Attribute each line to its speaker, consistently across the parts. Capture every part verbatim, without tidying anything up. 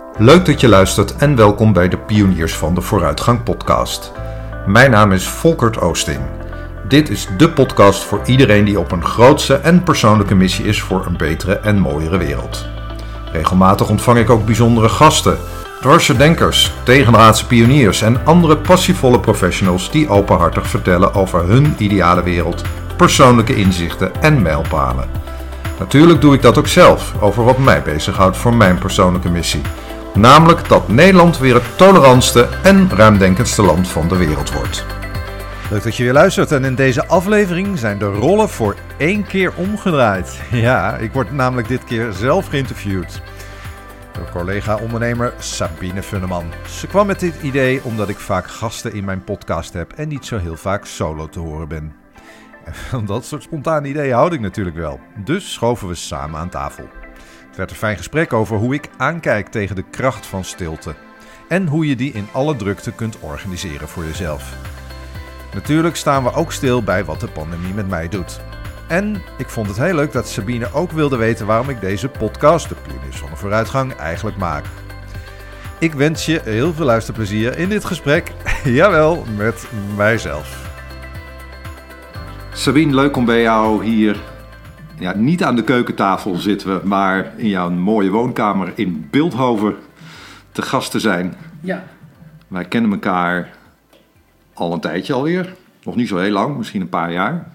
Speaker 1: Leuk dat je luistert en welkom bij de Pioniers van de Vooruitgang podcast. Mijn naam is Volkert Oosting. Dit is dé podcast voor iedereen die op een grootse en persoonlijke missie is voor een betere en mooiere wereld. Regelmatig ontvang ik ook bijzondere gasten, dwarse denkers, tegendraadse pioniers en andere passievolle professionals die openhartig vertellen over hun ideale wereld, persoonlijke inzichten en mijlpalen. Natuurlijk doe ik dat ook zelf, over wat mij bezighoudt voor mijn persoonlijke missie. Namelijk dat Nederland weer het tolerantste en ruimdenkendste land van de wereld wordt. Leuk dat je weer luistert en in deze aflevering zijn de rollen voor één keer omgedraaid. Ja, ik word namelijk dit keer zelf geïnterviewd door collega-ondernemer Sabine Vunneman. Ze kwam met dit idee omdat ik vaak gasten in mijn podcast heb en niet zo heel vaak solo te horen ben. En van dat soort spontane ideeën houd ik natuurlijk wel. Dus schoven we samen aan tafel. Het werd een fijn gesprek over hoe ik aankijk tegen de kracht van stilte. En hoe je die in alle drukte kunt organiseren voor jezelf. Natuurlijk staan we ook stil bij wat de pandemie met mij doet. En ik vond het heel leuk dat Sabine ook wilde weten waarom ik deze podcast, de Pioniers van de Vooruitgang, eigenlijk maak. Ik wens je heel veel luisterplezier in dit gesprek. Jawel, met mijzelf. Sabine, leuk om bij jou hier, ja, niet aan de keukentafel zitten we, maar in jouw mooie woonkamer in Bilthoven te gast te zijn.
Speaker 2: Ja.
Speaker 1: Wij kennen elkaar al een tijdje alweer, nog niet zo heel lang, misschien een paar jaar.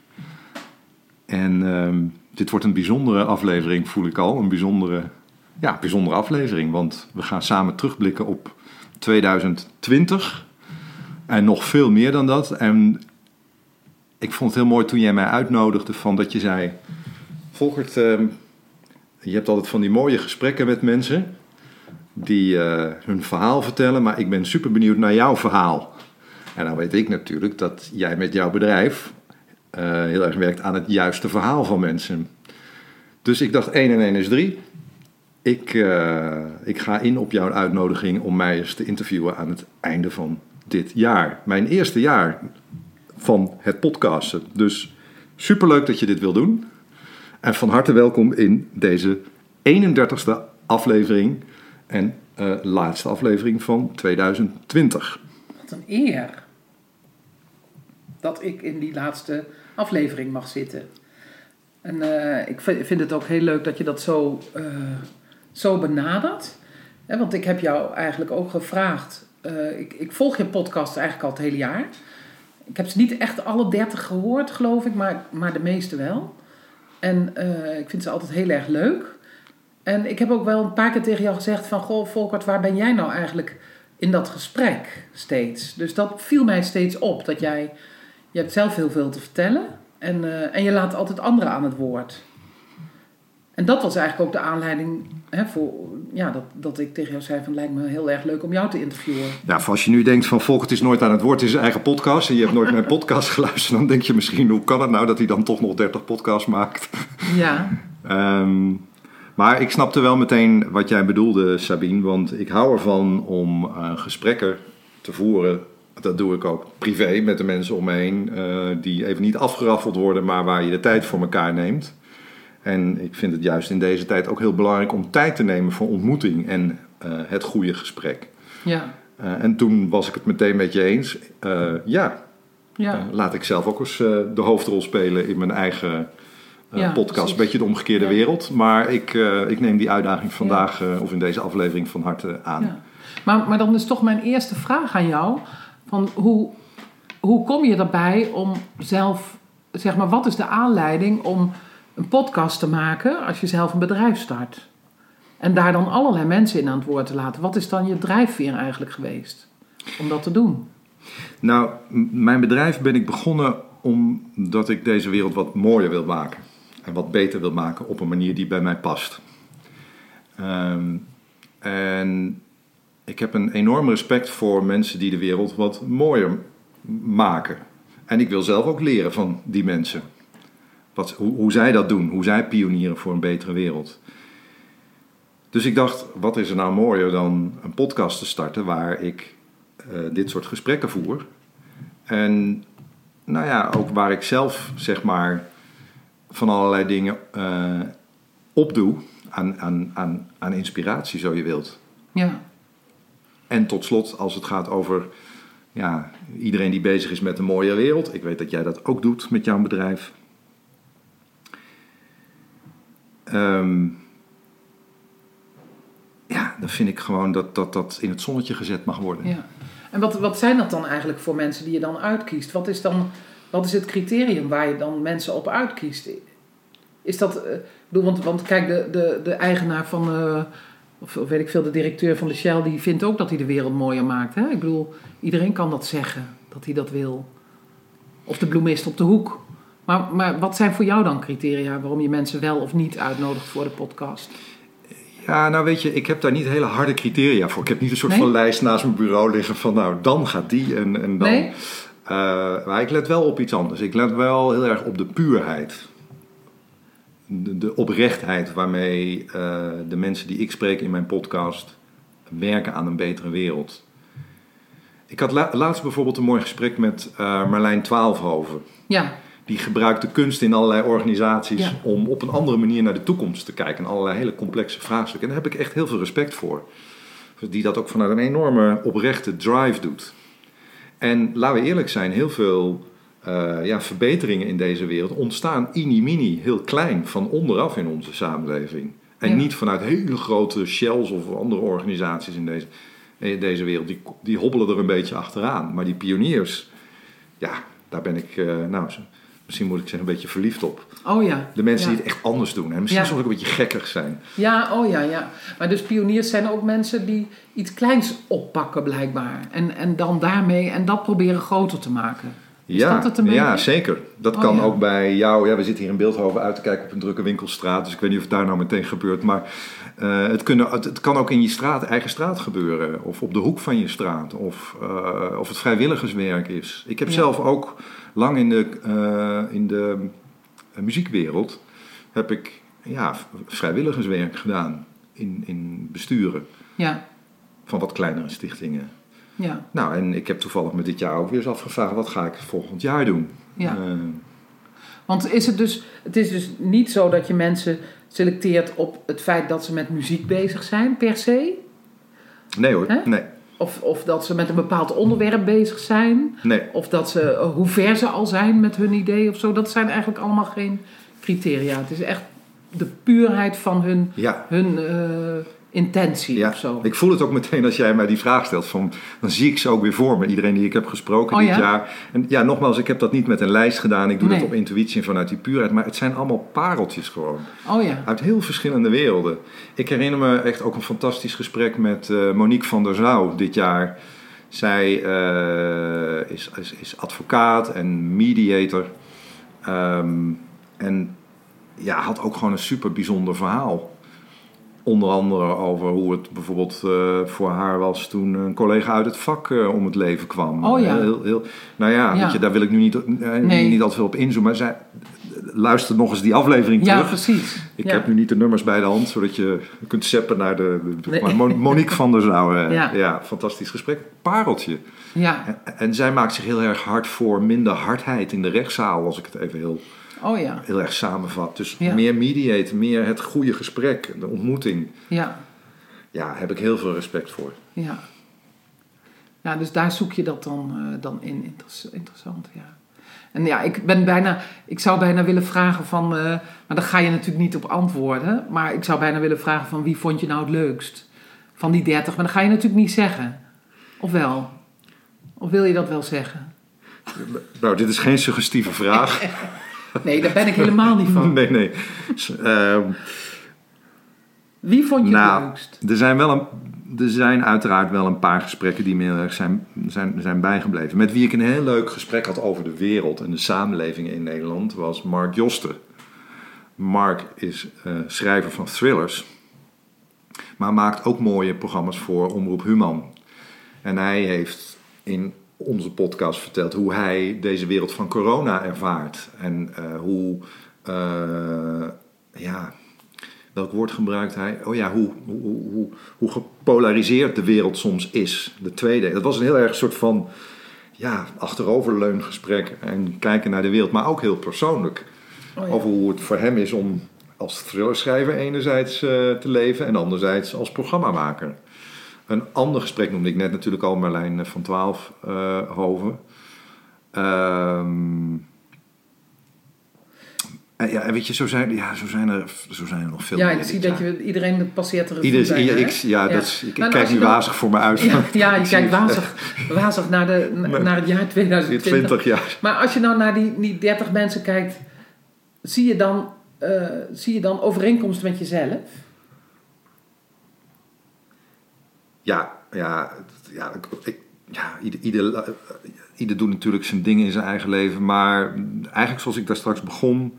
Speaker 1: En uh, dit wordt een bijzondere aflevering, voel ik al, een bijzondere, ja, bijzondere aflevering, want we gaan samen terugblikken op tweeduizend twintig en nog veel meer dan dat. En ik vond het heel mooi toen jij mij uitnodigde van dat je zei, Volkert, uh, je hebt altijd van die mooie gesprekken met mensen die uh, hun verhaal vertellen, maar ik ben super benieuwd naar jouw verhaal. En dan weet ik natuurlijk dat jij met jouw bedrijf uh, heel erg werkt aan het juiste verhaal van mensen. Dus ik dacht één en één is drie. Ik, uh, ik ga in op jouw uitnodiging om mij eens te interviewen aan het einde van dit jaar. Mijn eerste jaar van het podcasten. Dus superleuk dat je dit wil doen. En van harte welkom in deze eenendertigste aflevering en uh, laatste aflevering van tweeduizend twintig.
Speaker 2: Wat een eer dat ik in die laatste aflevering mag zitten. En uh, ik vind het ook heel leuk dat je dat zo, uh, zo benadert. Hè, want ik heb jou eigenlijk ook gevraagd. Uh, ik, ik volg je podcast eigenlijk al het hele jaar. Ik heb ze niet echt alle dertig gehoord, geloof ik, maar, maar de meeste wel. En uh, ik vind ze altijd heel erg leuk. En ik heb ook wel een paar keer tegen jou gezegd van, goh, Volkert, waar ben jij nou eigenlijk in dat gesprek steeds? Dus dat viel mij steeds op, dat jij, je hebt zelf heel veel te vertellen en, uh, en je laat altijd anderen aan het woord. En dat was eigenlijk ook de aanleiding, hè, voor, ja, dat, dat ik tegen jou zei van, lijkt me heel erg leuk om jou te interviewen.
Speaker 1: Ja, als je nu denkt van Volkert is nooit aan het woord in zijn eigen podcast en je hebt nooit mijn podcast geluisterd, dan denk je misschien, hoe kan het nou dat hij dan toch nog dertig podcasts maakt?
Speaker 2: Ja.
Speaker 1: um, maar ik snapte wel meteen wat jij bedoelde, Sabine, want ik hou ervan om uh, gesprekken te voeren. Dat doe ik ook privé met de mensen om me heen, uh, die even niet afgeraffeld worden, maar waar je de tijd voor elkaar neemt. En ik vind het juist in deze tijd ook heel belangrijk om tijd te nemen voor ontmoeting en uh, het goede gesprek.
Speaker 2: Ja.
Speaker 1: Uh, en toen was ik het meteen met je eens. Uh, ja,
Speaker 2: ja.
Speaker 1: Uh, laat ik zelf ook eens uh, de hoofdrol spelen in mijn eigen uh, ja, podcast. Precies. Een beetje de omgekeerde ja. wereld. Maar ik, uh, ik neem die uitdaging vandaag ja. uh, of in deze aflevering van harte aan.
Speaker 2: Ja. Maar, maar dan is toch mijn eerste vraag aan jou. Van hoe, hoe kom je erbij om zelf, zeg maar, wat is de aanleiding om een podcast te maken als je zelf een bedrijf start? En daar dan allerlei mensen in aan het woord te laten. Wat is dan je drijfveer eigenlijk geweest om dat te doen?
Speaker 1: Nou, m- mijn bedrijf ben ik begonnen omdat ik deze wereld wat mooier wil maken. En wat beter wil maken op een manier die bij mij past. Um, en ik heb een enorm respect voor mensen die de wereld wat mooier maken. En ik wil zelf ook leren van die mensen. Wat, hoe, hoe zij dat doen, hoe zij pionieren voor een betere wereld. Dus ik dacht, wat is er nou mooier dan een podcast te starten waar ik uh, dit soort gesprekken voer. En nou ja, ook waar ik zelf zeg maar van allerlei dingen uh, opdoe aan, aan, aan, aan inspiratie, zo je wilt.
Speaker 2: Ja.
Speaker 1: En tot slot, als het gaat over ja, iedereen die bezig is met een mooie wereld. Ik weet dat jij dat ook doet met jouw bedrijf. Um, ja, dan vind ik gewoon dat, dat dat in het zonnetje gezet mag worden.
Speaker 2: Ja. En wat, wat zijn dat dan eigenlijk voor mensen die je dan uitkiest? Wat is dan, wat is het criterium waar je dan mensen op uitkiest? Is dat, uh, bedoel, want, want kijk, de, de, de eigenaar van, uh, of, of weet ik veel, de directeur van de Shell, die vindt ook dat hij de wereld mooier maakt. Hè? Ik bedoel, iedereen kan dat zeggen, dat hij dat wil. Of de bloemist op de hoek. Maar, maar wat zijn voor jou dan criteria waarom je mensen wel of niet uitnodigt voor de podcast?
Speaker 1: Ja, nou weet je, ik heb daar niet hele harde criteria voor. Ik heb niet een soort
Speaker 2: nee?
Speaker 1: van lijst naast mijn bureau liggen van nou, dan gaat die en, en dan.
Speaker 2: Nee?
Speaker 1: Uh, maar ik let wel op iets anders. Ik let wel heel erg op de puurheid. De, de oprechtheid waarmee uh, de mensen die ik spreek in mijn podcast werken aan een betere wereld. Ik had la- laatst bijvoorbeeld een mooi gesprek met uh, Marlijn Twaalfhoven.
Speaker 2: Ja.
Speaker 1: Die gebruikt de kunst in allerlei organisaties
Speaker 2: ja.
Speaker 1: om op een andere manier naar de toekomst te kijken. En allerlei hele complexe vraagstukken. En daar heb ik echt heel veel respect voor. Die dat ook vanuit een enorme oprechte drive doet. En laten we eerlijk zijn, heel veel uh, ja, verbeteringen in deze wereld ontstaan mini-mini, heel klein, van onderaf in onze samenleving. En ja. niet vanuit hele grote shells of andere organisaties in deze, in deze wereld. Die, die hobbelen er een beetje achteraan. Maar die pioniers, ja, daar ben ik, uh, nou, misschien moet ik zeggen, een beetje verliefd op.
Speaker 2: Oh ja.
Speaker 1: De mensen
Speaker 2: ja.
Speaker 1: die het echt anders doen. En misschien
Speaker 2: ja.
Speaker 1: soms ook een beetje gekkig zijn.
Speaker 2: Ja, oh ja, ja. Maar dus pioniers zijn ook mensen die iets kleins oppakken blijkbaar. En, en dan daarmee, en dat proberen groter te maken. Is
Speaker 1: ja,
Speaker 2: dat het een beetje?
Speaker 1: Ja, zeker. Dat
Speaker 2: oh,
Speaker 1: kan
Speaker 2: ja.
Speaker 1: ook bij jou. Ja, we zitten hier in Beeldhoven uit te kijken op een drukke winkelstraat. Dus ik weet niet of het daar nou meteen gebeurt. Maar uh, het, kunnen, het, het kan ook in je straat, eigen straat gebeuren. Of op de hoek van je straat. Of, uh, of het vrijwilligerswerk is. Ik heb ja. zelf ook lang in de, uh, in de uh, muziekwereld heb ik ja, vrijwilligerswerk gedaan. In, in besturen.
Speaker 2: Ja.
Speaker 1: Van wat kleinere stichtingen.
Speaker 2: Ja.
Speaker 1: Nou, en ik heb toevallig me dit jaar ook weer eens afgevraagd, wat ga ik volgend jaar doen?
Speaker 2: Ja.
Speaker 1: Uh,
Speaker 2: Want is het, dus, het is dus niet zo dat je mensen selecteert op het feit dat ze met muziek bezig zijn, per se?
Speaker 1: Nee hoor,
Speaker 2: Hè?
Speaker 1: nee.
Speaker 2: Of, of dat ze met een bepaald onderwerp bezig zijn?
Speaker 1: Nee.
Speaker 2: Of dat ze, uh, hoe ver ze al zijn met hun idee of zo? Dat zijn eigenlijk allemaal geen criteria. Het is echt de puurheid van hun,
Speaker 1: ja.
Speaker 2: hun uh, intentie
Speaker 1: ja.
Speaker 2: of zo.
Speaker 1: Ik voel het ook meteen als jij mij die vraag stelt. Van, dan zie ik ze ook weer voor me. Iedereen die ik heb gesproken
Speaker 2: oh,
Speaker 1: dit
Speaker 2: ja?
Speaker 1: jaar. En ja, nogmaals, ik heb dat niet met een lijst gedaan. Ik doe
Speaker 2: nee.
Speaker 1: dat op intuïtie en vanuit die puurheid. Maar het zijn allemaal pareltjes gewoon.
Speaker 2: Oh ja.
Speaker 1: Uit heel verschillende werelden. Ik herinner me echt ook een fantastisch gesprek met uh, Monique van der Zouw dit jaar. Zij uh, is, is, is advocaat en mediator. Um, en ja, had ook gewoon een super bijzonder verhaal. Onder andere over hoe het bijvoorbeeld uh, voor haar was toen een collega uit het vak uh, om het leven kwam.
Speaker 2: Oh ja.
Speaker 1: Heel, heel, nou ja,
Speaker 2: ja.
Speaker 1: Weet je, daar wil ik nu niet, uh,
Speaker 2: nee.
Speaker 1: niet al te veel op inzoomen. Maar zij, luister nog eens die aflevering
Speaker 2: ja,
Speaker 1: terug.
Speaker 2: Precies.
Speaker 1: Ik
Speaker 2: ja.
Speaker 1: heb nu niet de nummers bij de hand, zodat je kunt zappen naar de... de nee. Maar Monique van der Zouw. Uh, ja. ja, fantastisch gesprek. Pareltje.
Speaker 2: Ja.
Speaker 1: En, en zij maakt zich heel erg hard voor minder hardheid in de rechtszaal, als ik het even heel...
Speaker 2: Oh ja.
Speaker 1: heel erg samenvat. Dus
Speaker 2: ja.
Speaker 1: meer mediaten, meer het goede gesprek, de ontmoeting.
Speaker 2: Ja.
Speaker 1: Ja, daar heb ik heel veel respect voor.
Speaker 2: Ja. Ja, dus daar zoek je dat dan, uh, dan in. Inter- interessant, ja. En ja, ik ben bijna, ik zou bijna willen vragen van, uh, maar daar ga je natuurlijk niet op antwoorden, maar ik zou bijna willen vragen van wie vond je nou het leukst? Van die dertig, maar dat ga je natuurlijk niet zeggen. Of wel? Of wil je dat wel zeggen?
Speaker 1: Nou, dit is geen suggestieve vraag.
Speaker 2: Nee, daar ben ik helemaal niet van.
Speaker 1: Nee, nee. Uh,
Speaker 2: Wie vond je
Speaker 1: nou,
Speaker 2: het leukst?
Speaker 1: Er zijn, wel een, er zijn uiteraard wel een paar gesprekken die me heel erg zijn, zijn, zijn bijgebleven. Met wie ik een heel leuk gesprek had over de wereld en de samenleving in Nederland was Mark Josten. Mark is uh, schrijver van thrillers, maar maakt ook mooie programma's voor Omroep Human. En hij heeft in onze podcast vertelt hoe hij deze wereld van corona ervaart. En uh, hoe, uh, ja, welk woord gebruikt hij? Oh ja, hoe, hoe, hoe, hoe gepolariseerd de wereld soms is. De tweede. Dat was een heel erg soort van, ja, achteroverleun gesprek en kijken naar de wereld, maar ook heel persoonlijk. Oh ja. Over hoe het voor hem is om als thrillerschrijver enerzijds uh, te leven en anderzijds als programmamaker. Een ander gesprek noemde ik net natuurlijk al, Marlijn van Twaalfhoven. Ehm... Uh, ja, en weet je, zo zijn, ja, zo zijn, er, zo zijn er nog veel
Speaker 2: ja,
Speaker 1: meer.
Speaker 2: Ja, je ziet dat je, iedereen passeert er een
Speaker 1: Ieder,
Speaker 2: bijna,
Speaker 1: ik, ja,
Speaker 2: ja.
Speaker 1: Dat is, ik,
Speaker 2: nou,
Speaker 1: ik kijk nu wazig voor me uit.
Speaker 2: Ja, ja je kijkt wazig, wazig naar, de, na, naar het jaar tweeduizend twintig.
Speaker 1: twintig jaar.
Speaker 2: Maar als je nou naar die, die dertig mensen kijkt, zie je dan, uh, zie je dan overeenkomst met jezelf?
Speaker 1: Ja, ja, ja, ik, ja ieder, ieder, ieder doet natuurlijk zijn dingen in zijn eigen leven. Maar eigenlijk zoals ik daar straks begon,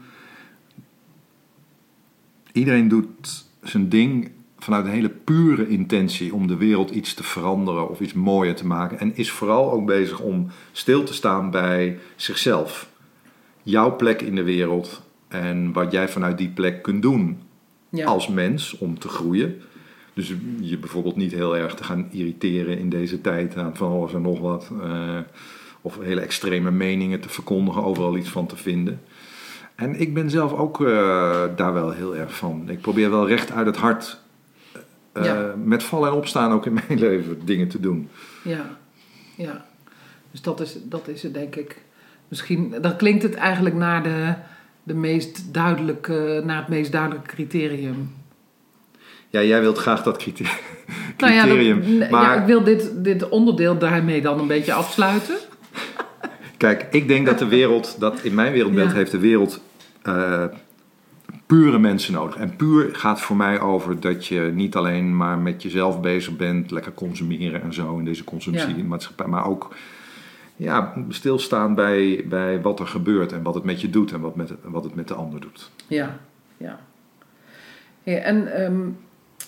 Speaker 1: iedereen doet zijn ding vanuit een hele pure intentie om de wereld iets te veranderen of iets mooier te maken. En is vooral ook bezig om stil te staan bij zichzelf. Jouw plek in de wereld en wat jij vanuit die plek kunt doen ja. als mens om te groeien. Dus je bijvoorbeeld niet heel erg te gaan irriteren in deze tijd aan van alles en nog wat. Uh, of hele extreme meningen te verkondigen, overal iets van te vinden. En ik ben zelf ook uh, daar wel heel erg van. Ik probeer wel recht uit het hart uh, ja. met vallen en opstaan ook in mijn leven dingen te doen.
Speaker 2: Ja, ja. Dus dat is, dat is het denk ik. Misschien, dan klinkt het eigenlijk naar, de, de meest duidelijke, naar het meest duidelijke criterium.
Speaker 1: Ja, jij wilt graag dat criterium.
Speaker 2: Nou ja, dat, maar... ja, ik wil dit, dit onderdeel daarmee dan een beetje afsluiten.
Speaker 1: Kijk, ik denk dat de wereld, dat in mijn wereldbeeld ja. heeft de wereld uh, pure mensen nodig. En puur gaat voor mij over dat je niet alleen maar met jezelf bezig bent, lekker consumeren en zo in deze consumptiemaatschappij, ja. maar ook ja, stilstaan bij, bij wat er gebeurt en wat het met je doet en wat, met, wat het met de ander doet.
Speaker 2: Ja, ja. ja en um,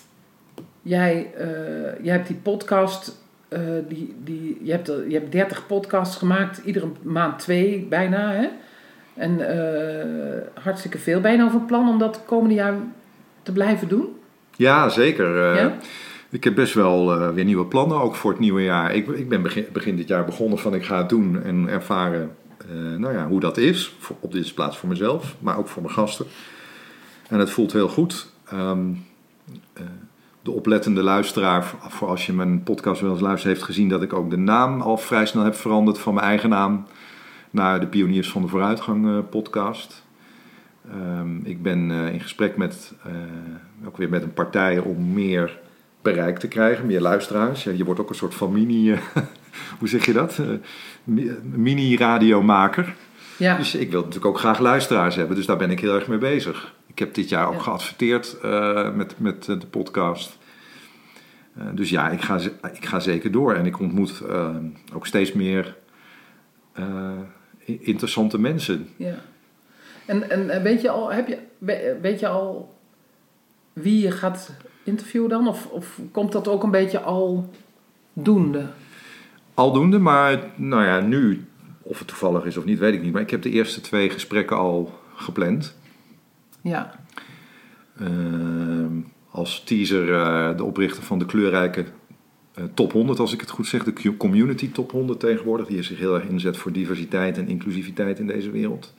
Speaker 2: jij, uh, jij hebt die podcast... Uh, die, die, je, hebt, je hebt dertig podcasts gemaakt, iedere maand twee bijna. Hè? En uh, hartstikke veel. Ben je nou van plan om dat komende jaar te blijven doen?
Speaker 1: Ja, zeker. Uh,
Speaker 2: ja?
Speaker 1: Ik heb best wel uh, weer nieuwe plannen, ook voor het nieuwe jaar. Ik, ik ben begin, begin dit jaar begonnen van ik ga het doen en ervaren uh, nou ja, hoe dat is. Voor, op deze plaats voor mezelf, maar ook voor mijn gasten. En het voelt heel goed. Um, uh, De oplettende luisteraar, voor als je mijn podcast wel eens luistert, heeft gezien dat ik ook de naam al vrij snel heb veranderd van mijn eigen naam naar de Pioniers van de Vooruitgang uh, podcast. Um, ik ben uh, in gesprek met, uh, ook weer met een partij om meer bereik te krijgen, meer luisteraars. Ja, je wordt ook een soort van mini, uh, hoe zeg je dat? Uh, mini-radiomaker.
Speaker 2: Ja.
Speaker 1: Dus ik wil natuurlijk ook graag luisteraars hebben, dus daar ben ik heel erg mee bezig. Ik heb dit jaar ook ja. geadverteerd uh, met, met uh, de podcast. Uh, dus ja, ik ga, ik ga zeker door. En ik ontmoet uh, ook steeds meer uh, interessante mensen.
Speaker 2: Ja. En, en weet je al, heb je, weet je al wie je gaat interviewen dan? Of, of komt dat ook een beetje al doende?
Speaker 1: Aldoende, maar nou ja, nu, of het toevallig is of niet, weet ik niet. Maar ik heb de eerste twee gesprekken al gepland.
Speaker 2: Ja.
Speaker 1: Uh, als teaser uh, de oprichter van de kleurrijke uh, top honderd, als ik het goed zeg. De community top honderd tegenwoordig. Die zich heel erg inzet voor diversiteit en inclusiviteit in deze wereld.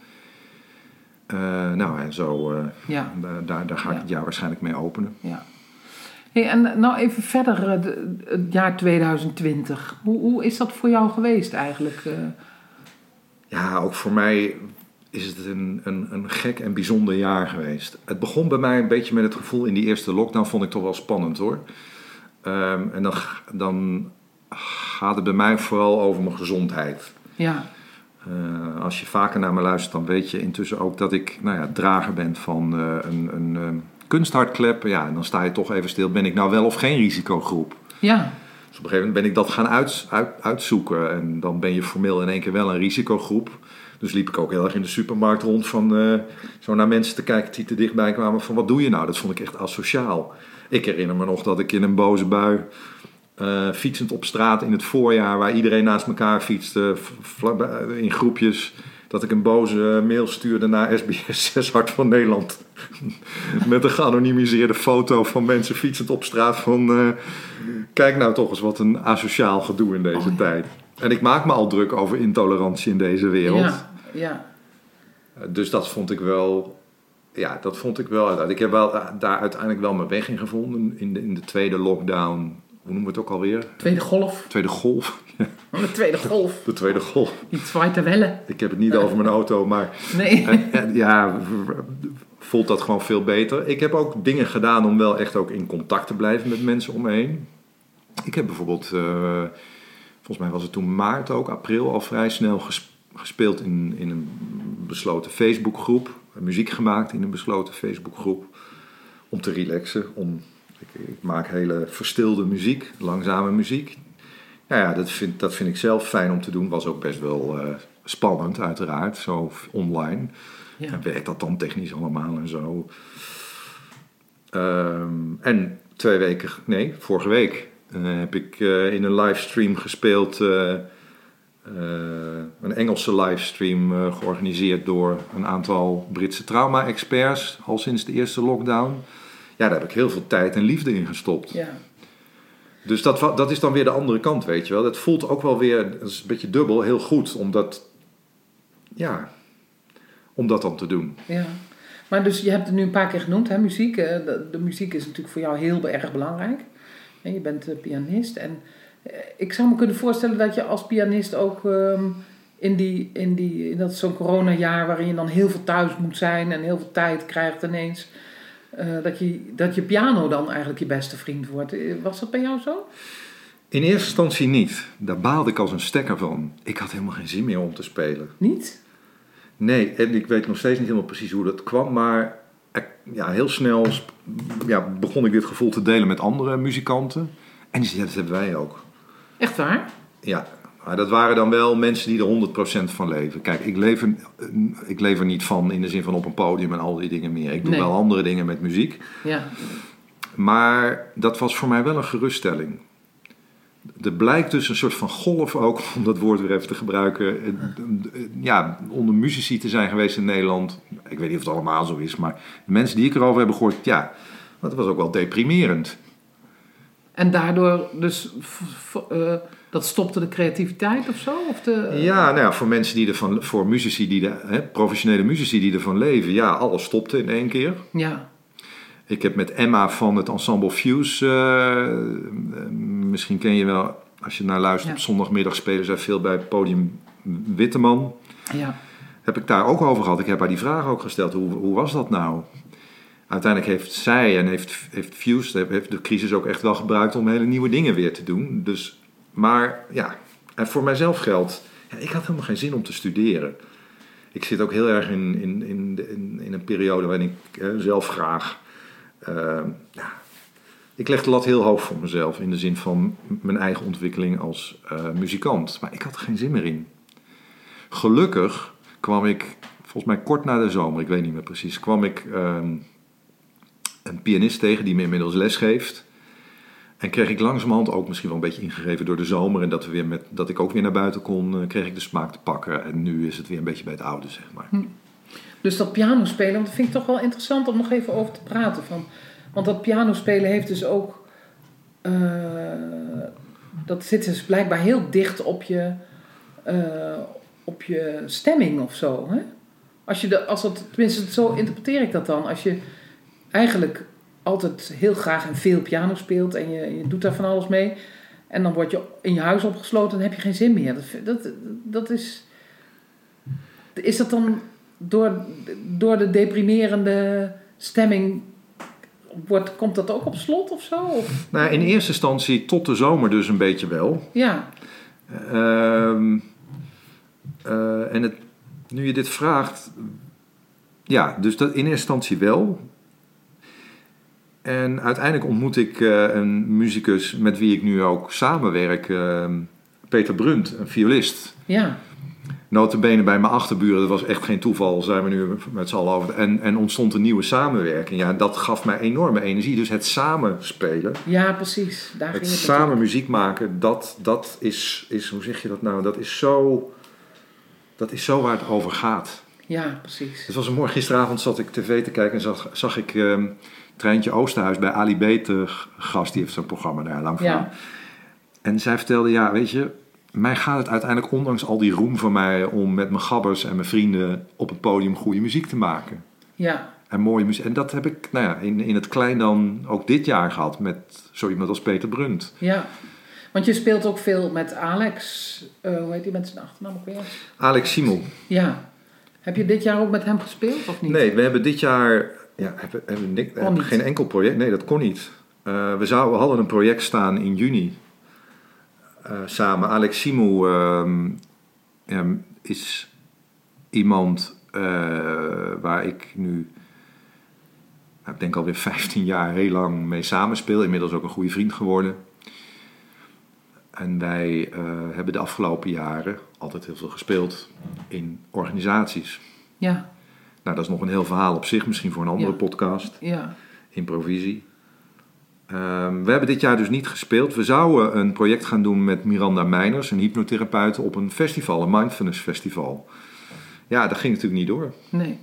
Speaker 1: Uh, nou, en zo, uh,
Speaker 2: ja.
Speaker 1: daar, daar, daar ga ik ja. het jaar waarschijnlijk mee openen.
Speaker 2: Ja. Hey, en nou even verder, uh, de, het jaar tweeduizend twintig. Hoe, hoe is dat voor jou geweest eigenlijk? Uh...
Speaker 1: Ja, ook voor mij is het een, een, een gek en bijzonder jaar geweest. Het begon bij mij een beetje met het gevoel in die eerste lockdown, vond ik toch wel spannend hoor. Um, en dan, dan gaat het bij mij vooral over mijn gezondheid.
Speaker 2: Ja.
Speaker 1: Uh, als je vaker naar me luistert, dan weet je intussen ook dat ik nou ja, drager ben van uh, een, een um, kunsthartklep. Ja, en dan sta je toch even stil, ben ik nou wel of geen risicogroep?
Speaker 2: Ja.
Speaker 1: Dus op een gegeven moment ben ik dat gaan uit, uit, uitzoeken. En dan ben je formeel in één keer wel een risicogroep. Dus liep ik ook heel erg in de supermarkt rond van uh, zo naar mensen te kijken die te dichtbij kwamen van wat doe je nou? Dat vond ik echt asociaal. Ik herinner me nog dat ik in een boze bui uh, fietsend op straat in het voorjaar waar iedereen naast elkaar fietste in groepjes, dat ik een boze mail stuurde naar S B S zes Hart van Nederland met een geanonimiseerde foto van mensen fietsend op straat van uh, kijk nou toch eens wat een asociaal gedoe in deze oh, ja. tijd. En ik maak me al druk over intolerantie in deze wereld.
Speaker 2: Ja, ja.
Speaker 1: Dus dat vond ik wel, ja, dat vond ik wel uit. Ik heb wel daar uiteindelijk wel mijn weg in gevonden in de, in de tweede lockdown. hoe noemen we het ook alweer?
Speaker 2: Tweede golf.
Speaker 1: Tweede golf.
Speaker 2: De tweede golf.
Speaker 1: De tweede golf.
Speaker 2: Die tweede welle.
Speaker 1: Ik heb het niet over mijn auto, maar...
Speaker 2: Nee.
Speaker 1: En, en, ja, voelt dat gewoon veel beter. Ik heb ook dingen gedaan om wel echt ook in contact te blijven met mensen om me heen. Ik heb bijvoorbeeld, uh, volgens mij was het toen maart ook, april, al vrij snel gespeeld in, in een besloten Facebookgroep. Muziek gemaakt in een besloten Facebookgroep. Om te relaxen. Om, ik, ik maak hele verstilde muziek, langzame muziek. Nou ja, dat vind, dat vind ik zelf fijn om te doen. Was ook best wel uh, spannend, uiteraard, zo online. Ja. En werkt dat dan technisch allemaal en zo. Um, en twee weken, nee, vorige week uh, heb ik uh, in een livestream gespeeld. Uh, uh, een Engelse livestream uh, georganiseerd door een aantal Britse trauma-experts. Al sinds de eerste lockdown. Ja, daar heb ik heel veel tijd en liefde in gestopt.
Speaker 2: Ja.
Speaker 1: Dus dat, dat is dan weer de andere kant, weet je wel. Dat voelt ook wel weer, dat is een beetje dubbel, heel goed. Omdat, ja, om dat dan te doen.
Speaker 2: Ja, maar dus je hebt het nu een paar keer genoemd, hè, muziek. De, de muziek is natuurlijk voor jou heel erg belangrijk. En je bent uh, pianist. En uh, ik zou me kunnen voorstellen dat je als pianist ook um, in, die, in, die, in dat zo'n coronajaar waarin je dan heel veel thuis moet zijn en heel veel tijd krijgt ineens... Uh, dat, je, dat je piano dan eigenlijk je beste vriend wordt. Was dat bij jou zo?
Speaker 1: In eerste instantie niet. Daar baalde ik als een stekker van. Ik had helemaal geen zin meer om te spelen.
Speaker 2: Niet?
Speaker 1: Nee, en ik weet nog steeds niet helemaal precies hoe dat kwam. Maar ja, heel snel ja, begon ik dit gevoel te delen met andere muzikanten. En die zeiden, ja, dat hebben wij ook.
Speaker 2: Echt waar?
Speaker 1: Ja, maar dat waren dan wel mensen die er honderd procent van leven. Kijk, ik leef, er, ik leef er niet van in de zin van op een podium en al die dingen meer. Ik doe nee. wel andere dingen met muziek.
Speaker 2: Ja.
Speaker 1: Maar dat was voor mij wel een geruststelling. Er blijkt dus een soort van golf ook, om dat woord weer even te gebruiken, ja, onder muzici te zijn geweest in Nederland. Ik weet niet of het allemaal zo is, maar de mensen die ik erover heb gehoord, ja, dat was ook wel deprimerend.
Speaker 2: En daardoor dus, uh, dat stopte de creativiteit of zo? Of de, uh...
Speaker 1: Ja, nou ja, voor mensen die ervan, voor muzici, die de, hè, professionele muzici die ervan leven, ja, alles stopte in één keer.
Speaker 2: Ja.
Speaker 1: Ik heb met Emma van het ensemble Fuse, uh, misschien ken je wel, als je naar luistert, ja. Op zondagmiddag spelen zij veel bij het podium Witteman.
Speaker 2: Ja.
Speaker 1: Heb ik daar ook over gehad. Ik heb haar die vraag ook gesteld, hoe, hoe was dat nou? Uiteindelijk heeft zij en heeft, heeft Fuse heeft de crisis ook echt wel gebruikt om hele nieuwe dingen weer te doen. Dus, maar ja, en voor mijzelf geldt, ja, ik had helemaal geen zin om te studeren. Ik zit ook heel erg in, in, in, in, in een periode waarin ik eh, zelf graag... Uh, ja, ik leg de lat heel hoog voor mezelf in de zin van mijn eigen ontwikkeling als uh, muzikant. Maar ik had er geen zin meer in. Gelukkig kwam ik, volgens mij kort na de zomer, ik weet niet meer precies, kwam ik um, een pianist tegen die me inmiddels les geeft. En kreeg ik langzamerhand ook misschien wel een beetje ingegeven door de zomer. En dat, we weer met, dat ik ook weer naar buiten kon, uh, kreeg ik de smaak te pakken. En nu is het weer een beetje bij het oude, zeg maar.
Speaker 2: Hm. Dus dat pianospelen, want dat vind ik toch wel interessant om nog even over te praten. Van, want dat pianospelen heeft dus ook... Uh, dat zit dus blijkbaar heel dicht op je, uh, op je stemming of zo. Hè? Als je de, als dat, tenminste, zo interpreteer ik dat dan. Als je eigenlijk altijd heel graag en veel piano speelt en je, je doet daar van alles mee. En dan word je in je huis opgesloten en heb je geen zin meer. Dat, dat, dat is... Is dat dan... Door, door de deprimerende stemming wordt, komt dat ook op slot of zo? Of?
Speaker 1: Nou, in eerste instantie tot de zomer dus een beetje wel.
Speaker 2: Ja.
Speaker 1: Uh, uh, en het, nu je dit vraagt... Ja, dus dat in eerste instantie wel. En uiteindelijk ontmoet ik uh, een muzikus met wie ik nu ook samenwerk. Uh, Peter Brunt, een violist.
Speaker 2: Ja.
Speaker 1: Notabene bij mijn achterburen, dat was echt geen toeval, zijn we nu met z'n allen over. En, en ontstond een nieuwe samenwerking. Ja, dat gaf mij enorme energie. Dus het samenspelen.
Speaker 2: Ja, precies. Daar
Speaker 1: het
Speaker 2: ging het
Speaker 1: samen natuurlijk. Muziek maken, dat, dat is, is, hoe zeg je dat nou? Dat is zo, dat is zo waar het over gaat.
Speaker 2: Ja, precies.
Speaker 1: Het was een morgen, gisteravond zat ik tv te kijken en zag, zag ik um, Treintje Oosterhuis bij Ali B te gast. Die heeft zo'n programma daar lang van. Ja. En zij vertelde, ja, weet je... Mij gaat het uiteindelijk, ondanks al die roem van mij, om met mijn gabbers en mijn vrienden op het podium goede muziek te maken.
Speaker 2: Ja.
Speaker 1: En mooie muziek. En dat heb ik nou ja, in, in het klein dan ook dit jaar gehad met zo iemand als Peter Brunt.
Speaker 2: Ja, want je speelt ook veel met Alex. Uh, hoe heet die met zijn achternaam ook weer?
Speaker 1: Alex Siemel.
Speaker 2: Ja. Heb je dit jaar ook met hem gespeeld of niet?
Speaker 1: Nee, we hebben dit jaar ja, hebben, hebben, niks, hebben geen enkel project. Nee, dat kon niet. Uh, we, zouden, we hadden een project staan in juni. Uh, samen. Alex Siemel um, um, is iemand uh, waar ik nu... Ik denk alweer vijftien jaar heel lang mee samenspeel. Inmiddels ook een goede vriend geworden. En wij uh, hebben de afgelopen jaren altijd heel veel gespeeld in organisaties.
Speaker 2: Ja.
Speaker 1: Nou, dat is nog een heel verhaal op zich. Misschien voor een andere
Speaker 2: ja.
Speaker 1: podcast.
Speaker 2: Ja.
Speaker 1: Improvisie. Um, we hebben dit jaar dus niet gespeeld. We zouden een project gaan doen met Miranda Meiners, een hypnotherapeut, op een festival, een mindfulness festival. Ja, dat ging natuurlijk niet door.
Speaker 2: Nee.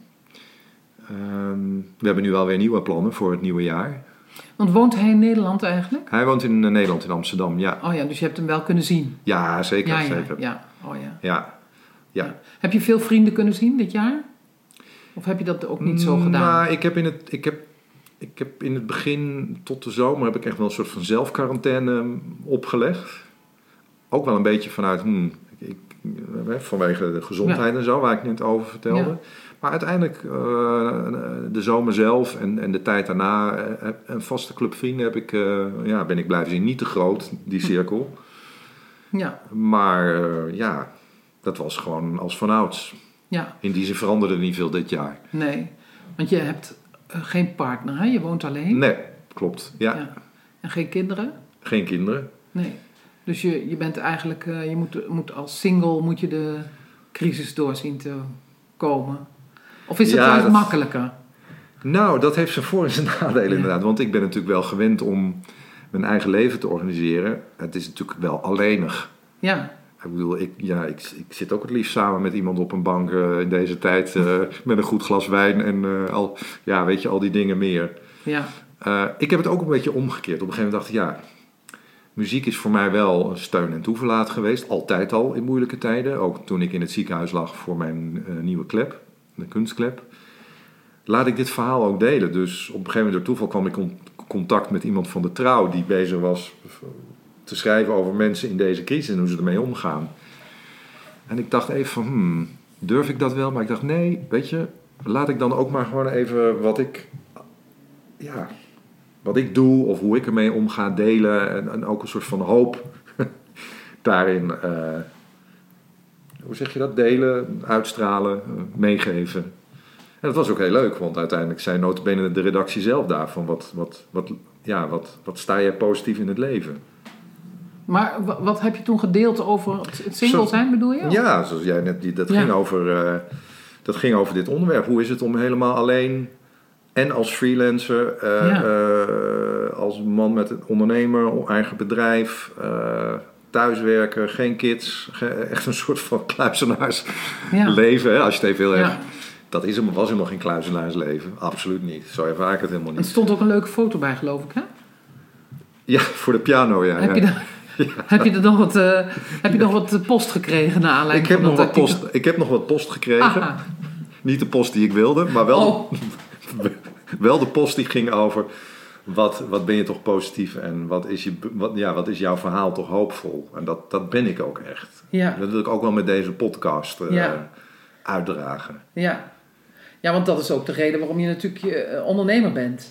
Speaker 1: Um, we hebben nu wel weer nieuwe plannen voor het nieuwe jaar.
Speaker 2: Want woont hij in Nederland eigenlijk?
Speaker 1: Hij woont in uh, Nederland, in Amsterdam, ja.
Speaker 2: Oh ja, dus je hebt hem wel kunnen zien?
Speaker 1: Ja, zeker.
Speaker 2: Ja, ja,
Speaker 1: zeker.
Speaker 2: ja. Oh, ja.
Speaker 1: Ja. Ja.
Speaker 2: Ja. Heb je veel vrienden kunnen zien dit jaar? Of heb je dat ook niet zo gedaan?
Speaker 1: Nou, ik heb in het, ik heb, ik heb in het begin tot de zomer heb ik echt wel een soort van zelfquarantaine opgelegd. Ook wel een beetje vanuit, hmm, ik, vanwege de gezondheid ja. en zo, waar ik net over vertelde. Ja. Maar uiteindelijk, uh, de zomer zelf en, en de tijd daarna, uh, een vaste club vrienden heb ik, uh, ja, ben ik blijven zien. Niet te groot, die cirkel.
Speaker 2: Ja.
Speaker 1: Maar uh, ja, dat was gewoon als vanouds.
Speaker 2: Ja.
Speaker 1: In die zin veranderde er niet veel dit jaar.
Speaker 2: Nee, want je hebt uh, geen partner, hè? Je woont alleen?
Speaker 1: Nee, klopt. Ja.
Speaker 2: Ja. En geen kinderen?
Speaker 1: Geen kinderen.
Speaker 2: Nee. Dus je, je bent eigenlijk, uh, je moet, moet als single moet je de crisis doorzien te komen. Of is het
Speaker 1: ja,
Speaker 2: juist
Speaker 1: dat,
Speaker 2: makkelijker?
Speaker 1: Nou, dat heeft zijn voor- en zijn nadelen ja. inderdaad. Want ik ben natuurlijk wel gewend om mijn eigen leven te organiseren. Het is natuurlijk wel alleenig.
Speaker 2: Ja.
Speaker 1: Ik bedoel, ik, ja, ik, ik zit ook het liefst samen met iemand op een bank uh, in deze tijd uh, met een goed glas wijn en uh, al, ja, weet je, al die dingen meer.
Speaker 2: Ja.
Speaker 1: Uh, ik heb het ook een beetje omgekeerd. Op een gegeven moment dacht ik, ja, muziek is voor mij wel een steun en toeverlaat geweest. Altijd al in moeilijke tijden. Ook toen ik in het ziekenhuis lag voor mijn uh, nieuwe klep, de kunstklep. Laat ik dit verhaal ook delen. Dus op een gegeven moment door toeval kwam ik in contact met iemand van de Trouw die bezig was te schrijven over mensen in deze crisis en hoe ze ermee omgaan. En ik dacht even van, hmm, durf ik dat wel? Maar ik dacht, nee, weet je, laat ik dan ook maar gewoon even wat ik, ja, wat ik doe of hoe ik ermee omga delen en, en ook een soort van hoop daarin, uh, hoe zeg je dat, delen, uitstralen, uh, meegeven. En dat was ook heel leuk, want uiteindelijk zei nota bene de redactie zelf daarvan, wat, wat, wat, ja, wat, wat sta jij positief in het leven?
Speaker 2: Maar wat heb je toen gedeeld over het single zijn, bedoel je?
Speaker 1: Ja, zoals jij net, dat, ja. ging over, uh, dat ging over dit onderwerp. Hoe is het om helemaal alleen en als freelancer, uh, ja. uh, als man met een ondernemer, eigen bedrijf, uh, thuiswerken, geen kids, ge- echt een soort van kluizenaarsleven, ja. Als je het even heel erg... Ja. Dat is, was helemaal geen kluizenaarsleven, absoluut niet. Zo ervaar ik het helemaal niet.
Speaker 2: Er stond ook een leuke foto bij, geloof ik, hè?
Speaker 1: Ja, voor de piano, ja.
Speaker 2: Heb je
Speaker 1: ja.
Speaker 2: de... Ja. Heb je er nog wat, uh, heb je nog wat post gekregen naar aanleiding
Speaker 1: ik heb
Speaker 2: van
Speaker 1: nog
Speaker 2: dat
Speaker 1: wat post, Ik heb nog wat post gekregen. Aha. Niet de post die ik wilde, maar wel, oh. de, wel de post die ging over wat, wat ben je toch positief en wat is, je, wat, ja, wat is jouw verhaal toch hoopvol. En dat, dat ben ik ook echt.
Speaker 2: Ja.
Speaker 1: Dat wil ik ook wel met deze podcast uh, ja. uitdragen.
Speaker 2: Ja. ja, want dat is ook de reden waarom je natuurlijk je ondernemer bent.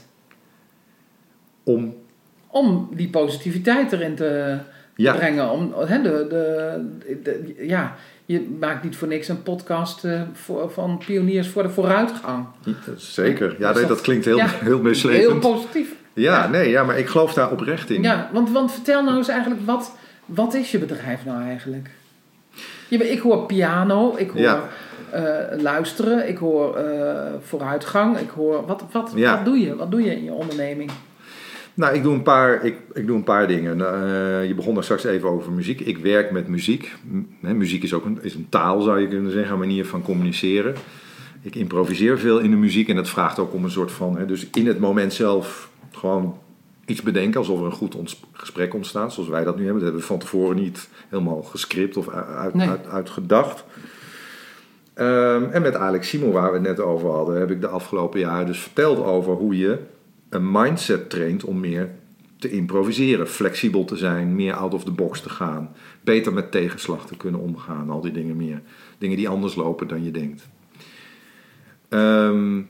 Speaker 1: Om...
Speaker 2: Om die positiviteit erin te...
Speaker 1: Ja.
Speaker 2: brengen. Om, he, de, de, de, ja, je maakt niet voor niks een podcast uh, voor, van pioniers voor de vooruitgang.
Speaker 1: Zeker. Ja, dus nee, dat, dat klinkt heel, ja, heel meeslepend.
Speaker 2: Heel positief.
Speaker 1: Ja, ja, nee, ja, maar ik geloof daar oprecht in.
Speaker 2: Ja, want, want vertel nou eens eigenlijk, wat, wat is je bedrijf nou eigenlijk? Ja, ik hoor piano, ik hoor ja. uh, luisteren, ik hoor uh, vooruitgang, ik hoor... Wat, wat, ja. wat doe je? Wat doe je in je onderneming?
Speaker 1: Nou, ik doe een paar, ik, ik doe een paar dingen. Uh, je begon er straks even over muziek. Ik werk met muziek. M- muziek is ook een, is een taal, zou je kunnen zeggen, een manier van communiceren. Ik improviseer veel in de muziek en dat vraagt ook om een soort van... Hè, dus in het moment zelf gewoon iets bedenken, alsof er een goed ons, gesprek ontstaat, zoals wij dat nu hebben. Dat hebben we van tevoren niet helemaal gescript of uit, nee. uit, uitgedacht. Um, en met Alex Simon, waar we het net over hadden, heb ik de afgelopen jaren dus verteld over hoe je een mindset traint om meer te improviseren, flexibel te zijn, meer out of the box te gaan, beter met tegenslag te kunnen omgaan, al die dingen meer. Dingen die anders lopen dan je denkt. Um,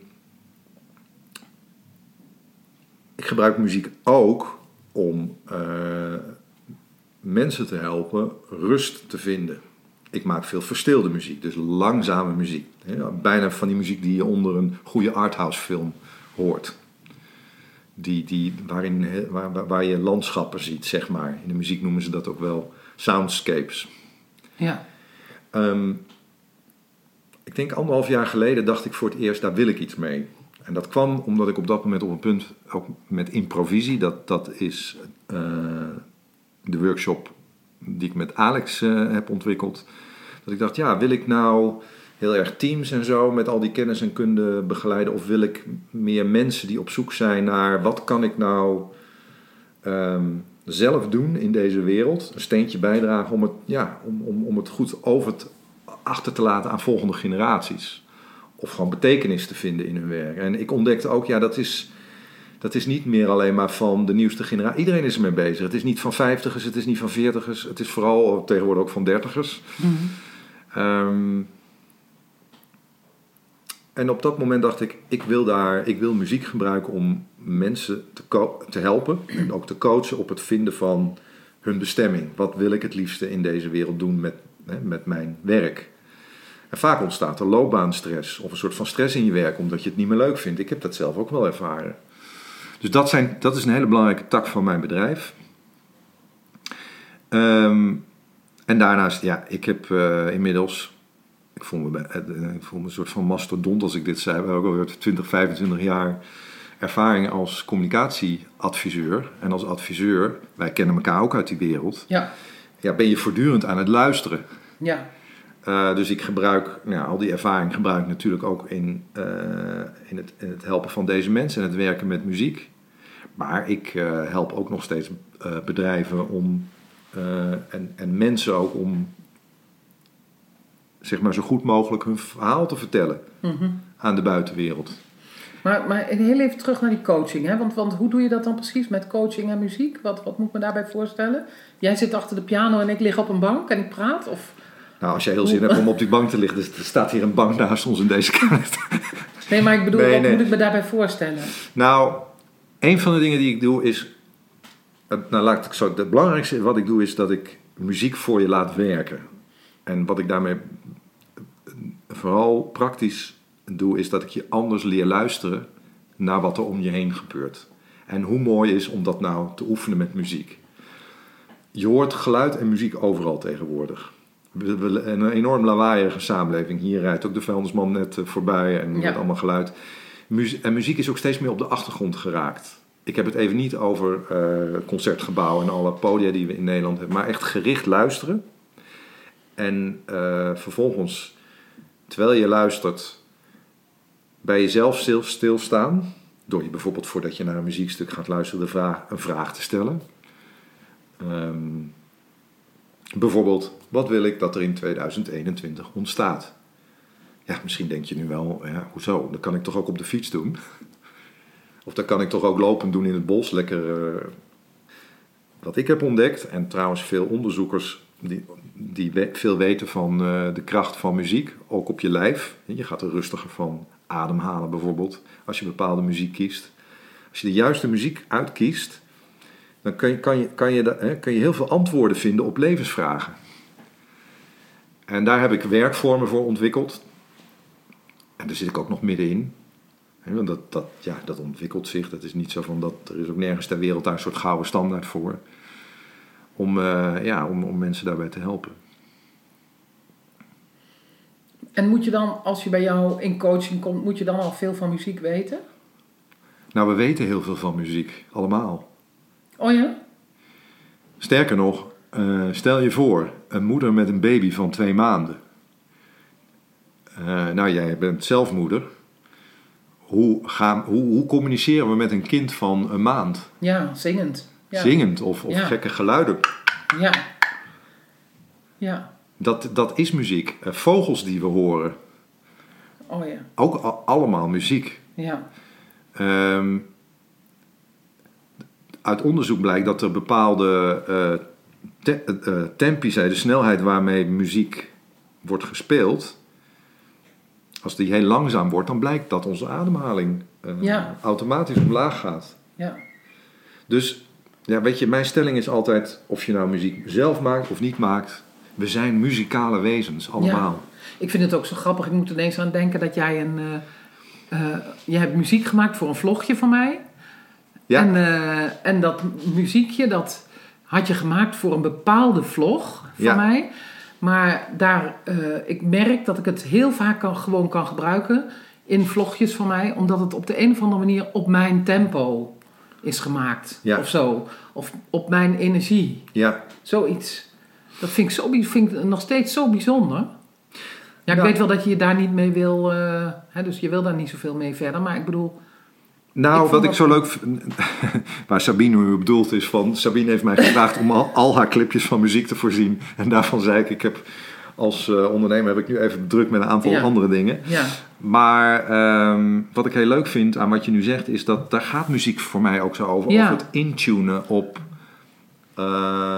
Speaker 1: ik gebruik muziek ook om uh, mensen te helpen rust te vinden. Ik maak veel verstilde muziek, dus langzame muziek. Bijna van die muziek die je onder een goede arthouse film hoort. Die, die, waarin, waar, waar je landschappen ziet, zeg maar. In de muziek noemen ze dat ook wel soundscapes.
Speaker 2: Ja.
Speaker 1: Um, ik denk anderhalf jaar geleden dacht ik voor het eerst, daar wil ik iets mee. En dat kwam omdat ik op dat moment op een punt, ook met improvisie, dat, dat is uh, de workshop die ik met Alex uh, heb ontwikkeld. Dat ik dacht, ja, wil ik nou heel erg teams en zo met al die kennis en kunde begeleiden, of wil ik meer mensen die op zoek zijn naar wat kan ik nou um, zelf doen in deze wereld, een steentje bijdragen om het, ja, om, om, om het goed over te, achter te laten aan volgende generaties. Of gewoon betekenis te vinden in hun werk. En ik ontdekte ook, ja, dat is, dat is niet meer alleen maar van de nieuwste generatie. Iedereen is ermee bezig. Het is niet van vijftigers, het is niet van veertigers. Het is vooral tegenwoordig ook van dertigers. Mm-hmm. Um, en op dat moment dacht ik, ik wil daar, ik wil muziek gebruiken om mensen te, co- te helpen. En ook te coachen op het vinden van hun bestemming. Wat wil ik het liefste in deze wereld doen met, hè, met mijn werk? En vaak ontstaat er loopbaanstress of een soort van stress in je werk omdat je het niet meer leuk vindt. Ik heb dat zelf ook wel ervaren. Dus dat, zijn, dat is een hele belangrijke tak van mijn bedrijf. Um, en daarnaast, ja, ik heb uh, inmiddels, ik voel, me, ik voel me een soort van mastodont als ik dit zei. We hebben ook alweer twintig, vijfentwintig jaar ervaring als communicatieadviseur. En als adviseur, wij kennen elkaar ook uit die wereld.
Speaker 2: Ja.
Speaker 1: Ja, ben je voortdurend aan het luisteren.
Speaker 2: Ja.
Speaker 1: Uh, dus ik gebruik, nou, al die ervaring gebruik ik natuurlijk ook in, uh, in, het, in het helpen van deze mensen en het werken met muziek. Maar ik uh, help ook nog steeds uh, bedrijven om, uh, en, en mensen ook om, zeg maar, zo goed mogelijk hun verhaal te vertellen mm-hmm. aan de buitenwereld.
Speaker 2: Maar, maar heel even terug naar die coaching, hè? Want, want hoe doe je dat dan precies met coaching en muziek? Wat, wat moet ik me daarbij voorstellen? Jij zit achter de piano en ik lig op een bank en ik praat? Of...
Speaker 1: Nou, als jij heel zin hebt om op die bank te liggen, er staat hier een bank naast ons in deze kamer.
Speaker 2: Nee, maar ik bedoel,
Speaker 1: nee,
Speaker 2: wat
Speaker 1: nee.
Speaker 2: moet ik me daarbij voorstellen?
Speaker 1: Nou, een van de dingen die ik doe is, nou laat ik zo, het belangrijkste wat ik doe is dat ik muziek voor je laat werken. En wat ik daarmee vooral praktisch doe, is dat ik je anders leer luisteren naar wat er om je heen gebeurt. En hoe mooi is om dat nou te oefenen met muziek. Je hoort geluid en muziek overal tegenwoordig. We hebben een enorm lawaaiige samenleving. Hier rijdt ook de vuilnisman net voorbij en er wordt allemaal geluid. Muzie- en muziek is ook steeds meer op de achtergrond geraakt. Ik heb het even niet over uh, het Concertgebouw en alle podia die we in Nederland hebben, maar echt gericht luisteren. En uh, vervolgens, terwijl je luistert, bij jezelf stil, stilstaan. Door je bijvoorbeeld, voordat je naar een muziekstuk gaat luisteren, de vraag, een vraag te stellen. Um, bijvoorbeeld, wat wil ik dat er in tweeduizend eenentwintig ontstaat? Ja, misschien denk je nu wel, ja, hoezo? Dat kan ik toch ook op de fiets doen? Of dat kan ik toch ook lopend doen in het bos, lekker. Uh, wat ik heb ontdekt, en trouwens veel onderzoekers die, die we, veel weten van uh, de kracht van muziek, ook op je lijf. Je gaat er rustiger van ademhalen bijvoorbeeld, als je bepaalde muziek kiest. Als je de juiste muziek uitkiest, dan kan je, kan je, kan je, hè, kan je heel veel antwoorden vinden op levensvragen. En daar heb ik werkvormen voor ontwikkeld. En daar zit ik ook nog middenin. Want dat, dat, ja, dat ontwikkelt zich. Dat is niet zo van dat er is ook nergens ter wereld daar een soort gouden standaard voor. Om, uh, ja, om, om mensen daarbij te helpen.
Speaker 2: En moet je dan, als je bij jou in coaching komt, moet je dan al veel van muziek weten?
Speaker 1: Nou, we weten heel veel van muziek. Allemaal.
Speaker 2: Oh ja?
Speaker 1: Sterker nog, uh, stel je voor, een moeder met een baby van twee maanden. Uh, nou, jij bent zelf moeder. Hoe, gaan, hoe, hoe communiceren we met een kind van een maand?
Speaker 2: Ja, zingend. Ja.
Speaker 1: Zingend of, of ja. gekke geluiden.
Speaker 2: Ja. Ja.
Speaker 1: Dat, dat is muziek. Uh, vogels die we horen.
Speaker 2: Oh ja.
Speaker 1: Ook a- allemaal muziek.
Speaker 2: Ja.
Speaker 1: Um, uit onderzoek blijkt dat er bepaalde uh, te, uh, tempi zijn, de snelheid waarmee muziek wordt gespeeld, als die heel langzaam wordt, dan blijkt dat onze ademhaling uh, ja. automatisch omlaag gaat.
Speaker 2: Ja.
Speaker 1: Dus, ja, weet je, mijn stelling is altijd, of je nou muziek zelf maakt of niet maakt, we zijn muzikale wezens, allemaal.
Speaker 2: Ja. Ik vind het ook zo grappig, ik moet ineens aan denken dat jij een... Uh, uh, je hebt muziek gemaakt voor een vlogje van mij. Ja. En, uh, en dat muziekje, dat had je gemaakt voor een bepaalde vlog van ja. mij. Maar daar, uh, ik merk dat ik het heel vaak kan, gewoon kan gebruiken in vlogjes van mij. Omdat het op de een of andere manier op mijn tempo is gemaakt. Ja. Of zo. Of op mijn energie.
Speaker 1: Ja.
Speaker 2: Zoiets. Dat vind ik, zo, vind ik nog steeds zo bijzonder. Ja, ik
Speaker 1: nou,
Speaker 2: weet wel dat je je daar niet mee wil... Uh, hè, dus je wil daar niet zoveel mee verder. Maar ik bedoel...
Speaker 1: Nou, ik wat ik zo leuk vind, waar Sabine nu bedoeld is van, Sabine heeft mij gevraagd om al, al haar clipjes van muziek te voorzien. En daarvan zei ik, ik heb als uh, ondernemer heb ik nu even druk met een aantal ja. andere dingen.
Speaker 2: Ja.
Speaker 1: Maar um, wat ik heel leuk vind aan wat je nu zegt, is dat daar gaat muziek voor mij ook zo over.
Speaker 2: Ja.
Speaker 1: Over het intunen op... Uh,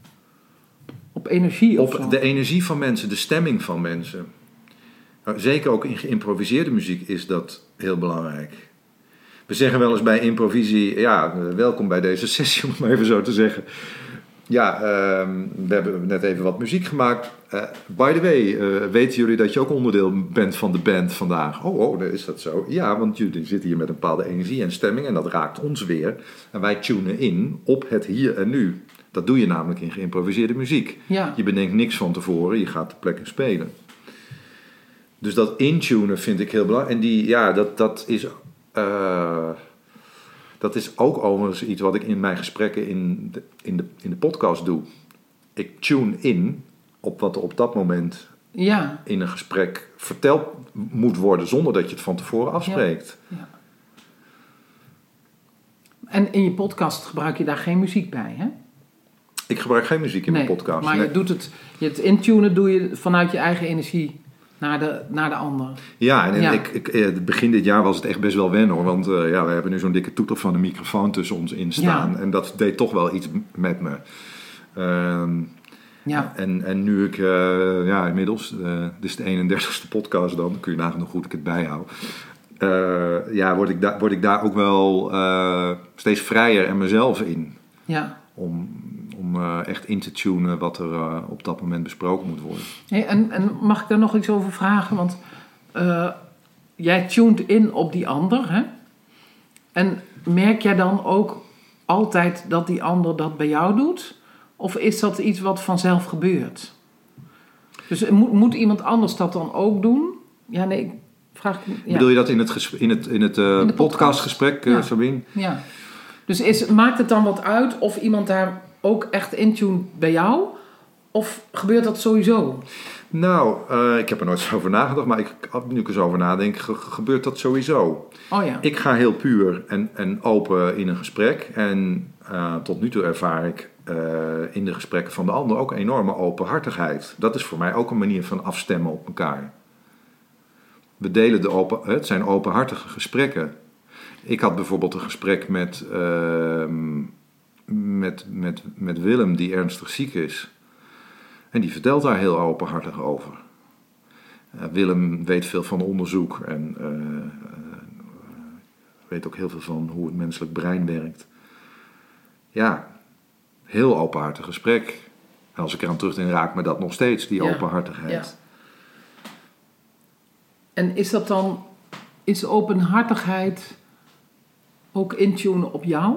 Speaker 2: op energie of
Speaker 1: Op
Speaker 2: zo.
Speaker 1: de energie van mensen, de stemming van mensen. Zeker ook in geïmproviseerde muziek is dat heel belangrijk. We zeggen wel eens bij improvisie, ja, welkom bij deze sessie, om het maar even zo te zeggen. Ja, uh, we hebben net even wat muziek gemaakt. Uh, by the way, uh, weten jullie dat je ook onderdeel bent van de band vandaag? Oh, oh, is dat zo? Ja, want jullie zitten hier met een bepaalde energie en stemming en dat raakt ons weer. En wij tunen in op het hier en nu. Dat doe je namelijk in geïmproviseerde muziek.
Speaker 2: Ja.
Speaker 1: Je bedenkt niks van tevoren, je gaat ter plekke spelen. Dus dat intunen vind ik heel belangrijk. En die, ja, dat, dat is... Uh, dat is ook overigens iets wat ik in mijn gesprekken in de, in de, in de podcast doe. Ik tune in op wat er op dat moment
Speaker 2: ja.
Speaker 1: in een gesprek verteld moet worden, zonder dat je het van tevoren afspreekt.
Speaker 2: Ja. Ja. En in je podcast gebruik je daar geen muziek bij, hè?
Speaker 1: Ik gebruik geen muziek in
Speaker 2: nee,
Speaker 1: mijn podcast.
Speaker 2: Maar
Speaker 1: nee.
Speaker 2: je doet het, je het intunen doe je vanuit je eigen energie naar de, naar de ander.
Speaker 1: Ja, en, en
Speaker 2: ja.
Speaker 1: Ik, ik, begin dit jaar was het echt best wel wennen hoor. Want uh, ja, we hebben nu zo'n dikke toeter van een microfoon tussen ons in staan. Ja. En dat deed toch wel iets met me. Um, ja. En, en nu ik, uh, ja, inmiddels, uh, dit is de eenendertigste podcast dan. Dan kun je nagaan hoe goed ik het bijhoud. Uh, ja, word ik, da- word ik daar ook wel uh, steeds vrijer en mezelf in.
Speaker 2: Ja.
Speaker 1: Om, om uh, echt in te tunen wat er uh, op dat moment besproken moet worden.
Speaker 2: Hey, en, en mag ik daar nog iets over vragen? Want uh, jij tuned in op die ander, hè? En merk jij dan ook altijd dat die ander dat bij jou doet? Of is dat iets wat vanzelf gebeurt? Dus moet, moet iemand anders dat dan ook doen? Ja, nee, ik vraag... Ja.
Speaker 1: Bedoel je dat in het, gesp- in het, in het, uh, in het podcastgesprek, uh,
Speaker 2: ja.
Speaker 1: Sabine?
Speaker 2: Ja. Dus is, maakt het dan wat uit of iemand daar ook echt intunt bij jou? Of gebeurt dat sowieso?
Speaker 1: Nou, uh, ik heb er nooit zo over nagedacht, maar ik, nu ik er zo over nadenk, ge- gebeurt dat sowieso.
Speaker 2: Oh ja.
Speaker 1: Ik ga heel puur en, en open in een gesprek. En uh, tot nu toe ervaar ik uh, in de gesprekken van de ander ook enorme openhartigheid. Dat is voor mij ook een manier van afstemmen op elkaar. We delen de open, het zijn openhartige gesprekken. Ik had bijvoorbeeld een gesprek met, uh, met, met, met Willem, die ernstig ziek is. En die vertelt daar heel openhartig over. Uh, Willem weet veel van onderzoek en uh, uh, weet ook heel veel van hoe het menselijk brein werkt. Ja, heel openhartig gesprek. En als ik eraan terugdenk, raakt me dat nog steeds, die ja. openhartigheid. Ja.
Speaker 2: En is dat dan, is openhartigheid ook intunen op jou?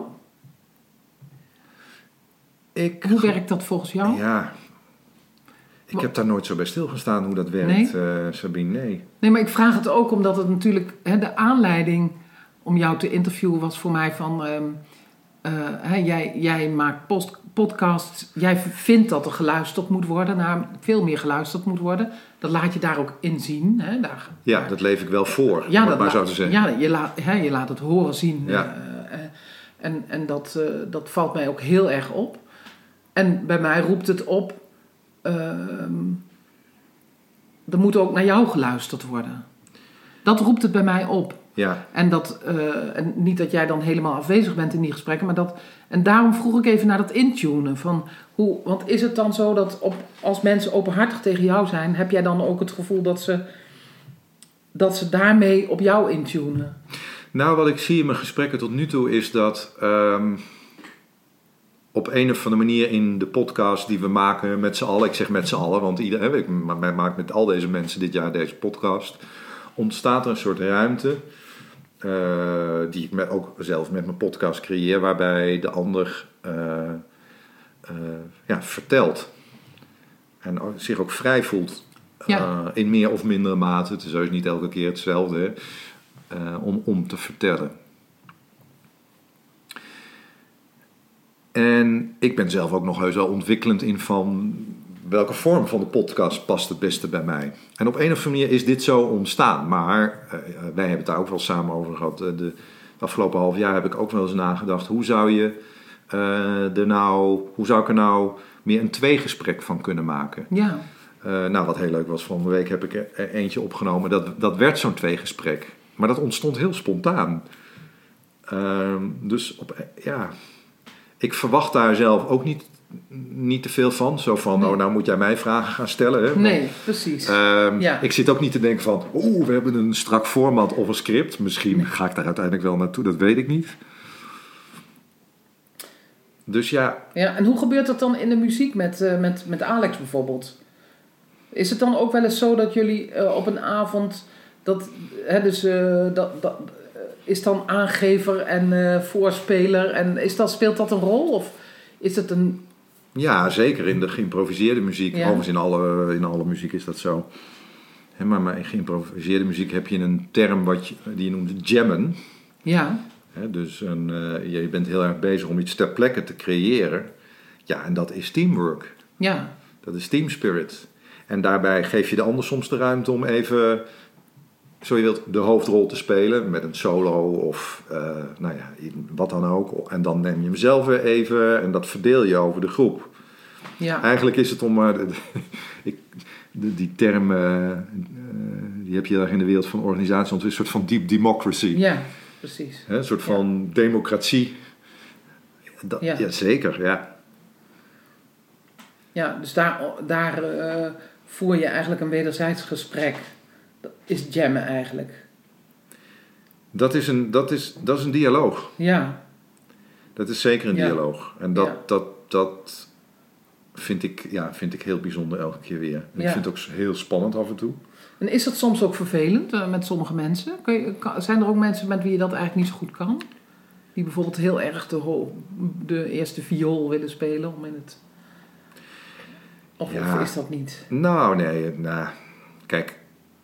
Speaker 1: Ik,
Speaker 2: hoe werkt dat volgens jou?
Speaker 1: Ja, ik heb daar nooit zo bij stilgestaan hoe dat werkt, nee? uh, Sabine, nee.
Speaker 2: Nee, maar ik vraag het ook omdat het natuurlijk, hè, de aanleiding om jou te interviewen was voor mij van, um, uh, hè, jij, jij maakt post, podcasts, jij vindt dat er geluisterd moet worden, naar veel meer geluisterd moet worden. Dat laat je daar ook in zien. Hè, daar,
Speaker 1: ja,
Speaker 2: daar,
Speaker 1: dat leef ik wel voor,
Speaker 2: ja,
Speaker 1: om
Speaker 2: dat
Speaker 1: maar
Speaker 2: laat,
Speaker 1: zo te zeggen.
Speaker 2: Ja, je laat, hè, je laat het horen zien.
Speaker 1: Ja.
Speaker 2: Uh, uh, en en dat, uh, dat valt mij ook heel erg op. En bij mij roept het op, uh, er moet ook naar jou geluisterd worden. Dat roept het bij mij op.
Speaker 1: Ja.
Speaker 2: En, dat, uh, en niet dat jij dan helemaal afwezig bent in die gesprekken, maar dat... En daarom vroeg ik even naar dat intunen. Van hoe, want is het dan zo dat op, als mensen openhartig tegen jou zijn, heb jij dan ook het gevoel dat ze, dat ze daarmee op jou intunen?
Speaker 1: Nou, wat ik zie in mijn gesprekken tot nu toe is dat um, op een of andere manier in de podcast die we maken met z'n allen, ik zeg met z'n allen, want iedereen, ik maak met al deze mensen dit jaar deze podcast, ontstaat er een soort ruimte, uh, die ik met, ook zelf met mijn podcast creëer, waarbij de ander uh, uh, ja, vertelt en zich ook vrij voelt, ja. uh, in meer of mindere mate. Het is sowieso niet elke keer hetzelfde, hè, uh, om, om te vertellen. En ik ben zelf ook nog heus wel ontwikkelend in van welke vorm van de podcast past het beste bij mij. En op een of andere manier is dit zo ontstaan. Maar uh, wij hebben het daar ook wel samen over gehad. Uh, de afgelopen half jaar heb ik ook wel eens nagedacht. Hoe zou je uh, er nou, hoe zou ik er nou meer een tweegesprek van kunnen maken?
Speaker 2: Ja.
Speaker 1: Uh, nou, wat heel leuk was, van de week heb ik er eentje opgenomen. Dat, dat werd zo'n tweegesprek. Maar dat ontstond heel spontaan. Uh, dus op, ja... Ik verwacht daar zelf ook niet, niet te veel van. Zo van, nee. oh, nou moet jij mij vragen gaan stellen. Hè?
Speaker 2: Nee, precies.
Speaker 1: Um,
Speaker 2: ja.
Speaker 1: Ik zit ook niet te denken van, oeh, we hebben een strak format of een script. Misschien nee. ga ik daar uiteindelijk wel naartoe, dat weet ik niet. Dus ja.
Speaker 2: Ja, en hoe gebeurt dat dan in de muziek met, uh, met, met Alex bijvoorbeeld? Is het dan ook wel eens zo dat jullie uh, op een avond, dat, hè, dus, uh, dat, dat is dan aangever en uh, voorspeler en is dat, speelt dat een rol of is het een...
Speaker 1: Ja, zeker in de geïmproviseerde muziek.
Speaker 2: Ja.
Speaker 1: Overigens in alle, in alle muziek is dat zo. He, maar, maar in geïmproviseerde muziek heb je een term wat je, die je noemt jammen.
Speaker 2: Ja.
Speaker 1: He, dus een, uh, je bent heel erg bezig om iets ter plekke te creëren. Ja, en dat is teamwork.
Speaker 2: Ja.
Speaker 1: Dat is team spirit. En daarbij geef je de ander soms de ruimte om even... zo je wilt, de hoofdrol te spelen met een solo of uh, nou ja, wat dan ook. En dan neem je hem zelf weer even en dat verdeel je over de groep.
Speaker 2: Ja.
Speaker 1: Eigenlijk is het om... Uh, de, ik, de, die term, uh, uh, die heb je daar in de wereld van organisaties, een soort van deep democracy.
Speaker 2: Ja, precies.
Speaker 1: He, een soort
Speaker 2: ja.
Speaker 1: van democratie. Dat, ja. ja, zeker, ja.
Speaker 2: Ja, dus daar, daar uh, voer je eigenlijk een wederzijds gesprek. Dat is jammen eigenlijk.
Speaker 1: Dat is een, dat is, dat is een dialoog.
Speaker 2: Ja.
Speaker 1: Dat is zeker een
Speaker 2: ja.
Speaker 1: dialoog. En dat,
Speaker 2: ja.
Speaker 1: dat, dat vind, ik, ja, vind ik heel bijzonder elke keer weer. En
Speaker 2: ja.
Speaker 1: ik vind het ook heel spannend af en toe.
Speaker 2: En is dat soms ook vervelend uh, met sommige mensen? Kun je, kan, zijn er ook mensen met wie je dat eigenlijk niet zo goed kan? Die bijvoorbeeld heel erg de, ho- de eerste viool willen spelen om in het... Of,
Speaker 1: ja.
Speaker 2: of is dat niet?
Speaker 1: Nou, nee. Nou, kijk...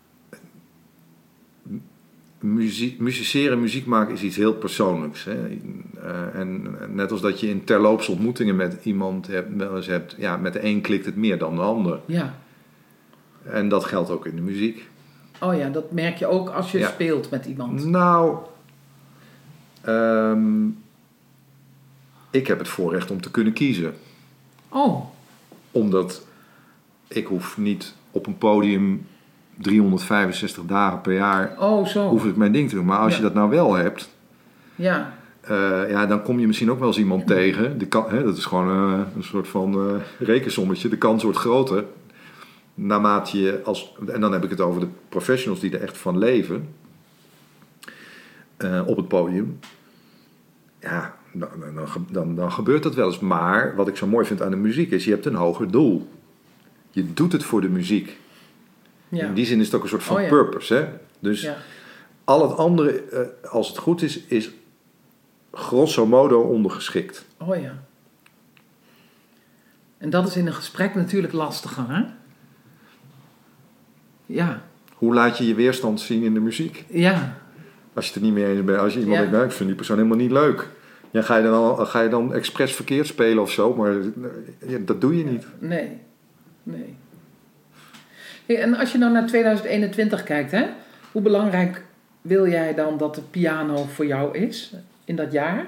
Speaker 1: Muziek, musiceren, muziek maken is iets heel persoonlijks. Hè? Uh, en net als dat je in terloops ontmoetingen met iemand hebt, wel eens hebt, ja, met de een klikt het meer dan de ander.
Speaker 2: Ja.
Speaker 1: En dat geldt ook in de muziek.
Speaker 2: Oh ja, dat merk je ook als je ja. speelt met iemand.
Speaker 1: Nou, um, ik heb het voorrecht om te kunnen kiezen.
Speaker 2: Oh.
Speaker 1: Omdat ik hoef niet op een podium driehonderdvijfenzestig dagen per jaar
Speaker 2: oh, zo.
Speaker 1: hoef ik mijn ding te doen. Maar als ja. je dat nou wel hebt,
Speaker 2: ja.
Speaker 1: Uh, ja, dan kom je misschien ook wel eens iemand tegen. De kan, hè, dat is gewoon uh, een soort van uh, rekensommetje. De kans wordt groter. Naarmate je als, en dan heb ik het over de professionals die er echt van leven. Uh, op het podium. Ja, dan, dan, dan, dan gebeurt dat wel eens. Maar wat ik zo mooi vind aan de muziek is, je hebt een hoger doel. Je doet het voor de muziek. Ja. In die zin is het ook een soort van oh, ja. purpose. Hè? Dus ja. al het andere, uh, als het goed is, is grosso modo ondergeschikt.
Speaker 2: Oh ja. En dat is in een gesprek natuurlijk lastiger, hè? Ja.
Speaker 1: Hoe laat je je weerstand zien in de muziek?
Speaker 2: Ja.
Speaker 1: Als je het er niet mee eens bent. Als je iemand ja. denkt, nou, ik vind die persoon helemaal niet leuk. Ja, ga je dan, ga je dan expres verkeerd spelen of zo? Maar ja, dat doe je niet.
Speaker 2: Nee. Nee. Hey, en als je nou naar tweeduizend eenentwintig kijkt, hè? Hoe belangrijk wil jij dan dat de piano voor jou is in dat jaar?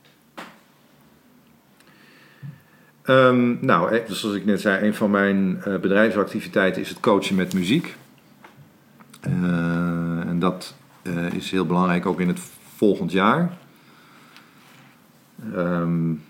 Speaker 1: Um, nou, zoals ik net zei, een van mijn uh, bedrijfsactiviteiten is het coachen met muziek. Uh, en En dat uh, is heel belangrijk ook in het volgend jaar. Um,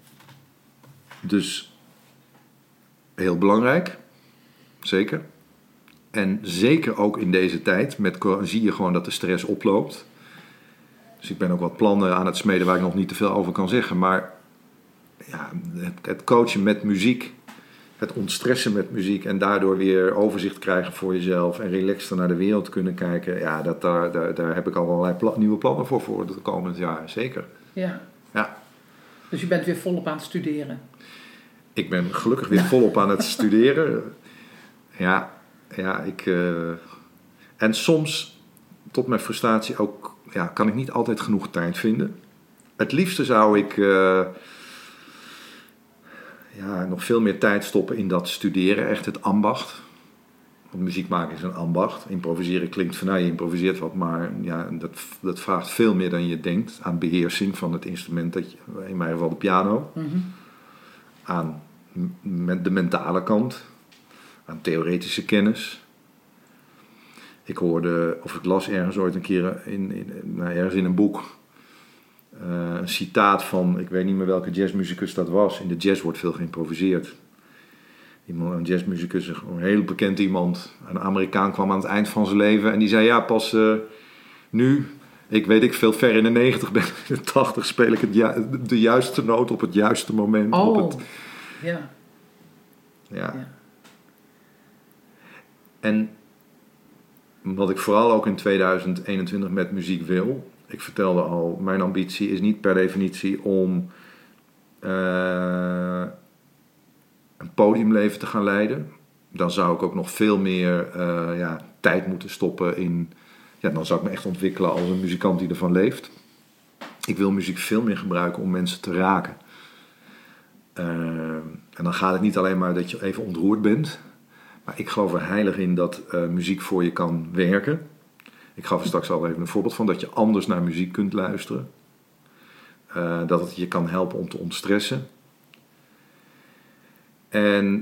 Speaker 1: dus heel belangrijk. Zeker. En zeker ook in deze tijd met, zie je gewoon dat de stress oploopt. Dus ik ben ook wat plannen aan het smeden waar ik nog niet te veel over kan zeggen. Maar ja, het, het coachen met muziek, het ontstressen met muziek en daardoor weer overzicht krijgen voor jezelf en relaxter naar de wereld kunnen kijken. Ja, dat, daar, daar, daar heb ik al allerlei pla- nieuwe plannen voor voor het komend jaar, zeker.
Speaker 2: Ja.
Speaker 1: Ja.
Speaker 2: Dus je bent weer volop aan het studeren?
Speaker 1: Ik ben gelukkig weer volop aan het studeren. Ja, ja, ik... Uh, en soms, tot mijn frustratie ook, ja, kan ik niet altijd genoeg tijd vinden. Het liefste zou ik uh, ja, nog veel meer tijd stoppen in dat studeren, echt het ambacht. Want muziek maken is een ambacht. Improviseren klinkt van, nou, je improviseert wat, maar ja, dat, dat vraagt veel meer dan je denkt aan beheersing van het instrument, dat je, in mijn geval de piano,
Speaker 2: mm-hmm. aan
Speaker 1: met de mentale kant, aan theoretische kennis. Ik hoorde, of ik las ergens ooit een keer in, in, nou, ergens in een boek uh, een citaat van, ik weet niet meer welke jazzmuzikus dat was. In de jazz wordt veel geïmproviseerd. Iemand, een jazzmuzikus, een heel bekend iemand, een Amerikaan, kwam aan het eind van zijn leven en die zei, ja, pas uh, nu, ik weet ik veel ver in de negentig ben, in de tachtig speel ik het ju- de juiste noot op het juiste moment.
Speaker 2: Oh,
Speaker 1: op het,
Speaker 2: ja.
Speaker 1: ja.
Speaker 2: ja.
Speaker 1: En wat ik vooral ook in tweeduizend eenentwintig met muziek wil, ik vertelde al, mijn ambitie is niet per definitie om uh, een podiumleven te gaan leiden. Dan zou ik ook nog veel meer uh, ja, tijd moeten stoppen in, ja, dan zou ik me echt ontwikkelen als een muzikant die ervan leeft. Ik wil muziek veel meer gebruiken om mensen te raken. Uh, en dan gaat het niet alleen maar dat je even ontroerd bent. Maar ik geloof er heilig in dat uh, muziek voor je kan werken. Ik gaf er straks al even een voorbeeld van dat je anders naar muziek kunt luisteren. Uh, dat het je kan helpen om te ontstressen. En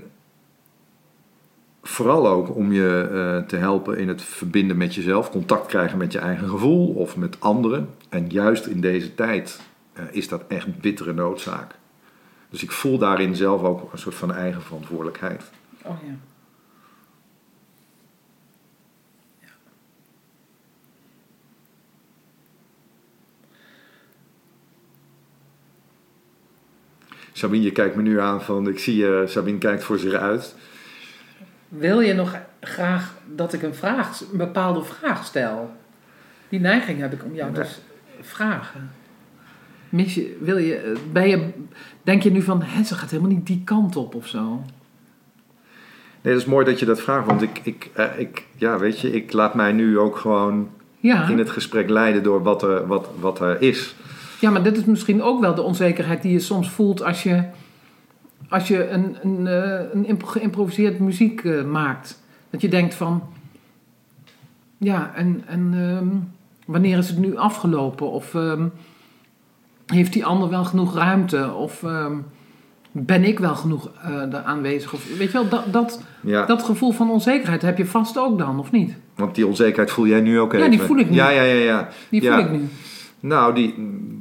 Speaker 1: vooral ook om je uh, te helpen in het verbinden met jezelf. Contact krijgen met je eigen gevoel of met anderen. En juist in deze tijd uh, is dat echt bittere noodzaak. Dus ik voel daarin zelf ook een soort van eigen verantwoordelijkheid.
Speaker 2: Oh ja.
Speaker 1: Sabine, je kijkt me nu aan van, ik zie je, uh, Sabine kijkt voor zich uit.
Speaker 2: Wil je nog graag dat ik een, vraag, een bepaalde vraag stel? Die neiging heb ik om jou
Speaker 1: nee.
Speaker 2: te vragen. Mis je, wil je, ben je, denk je nu van, hè, ze gaat helemaal niet die kant op of zo?
Speaker 1: Nee, dat is mooi dat je dat vraagt, want ik, ik, uh, ik, ja, weet je, ik laat mij nu ook gewoon ja. in het gesprek leiden door wat er, wat, wat er is.
Speaker 2: Ja, maar dit is misschien ook wel de onzekerheid die je soms voelt als je, als je een, een, een impro- geïmproviseerd muziek uh, maakt. Dat je denkt van, ja, en, en um, wanneer is het nu afgelopen? Of um, heeft die ander wel genoeg ruimte? Of um, ben ik wel genoeg uh, aanwezig? Of, weet je wel, dat, dat,
Speaker 1: ja.
Speaker 2: dat gevoel van onzekerheid heb je vast ook dan, of niet?
Speaker 1: Want die onzekerheid voel jij nu ook even?
Speaker 2: Ja, die voel ik nu.
Speaker 1: Ja, ja, ja. ja.
Speaker 2: Die
Speaker 1: ja.
Speaker 2: voel ik nu.
Speaker 1: Nou, die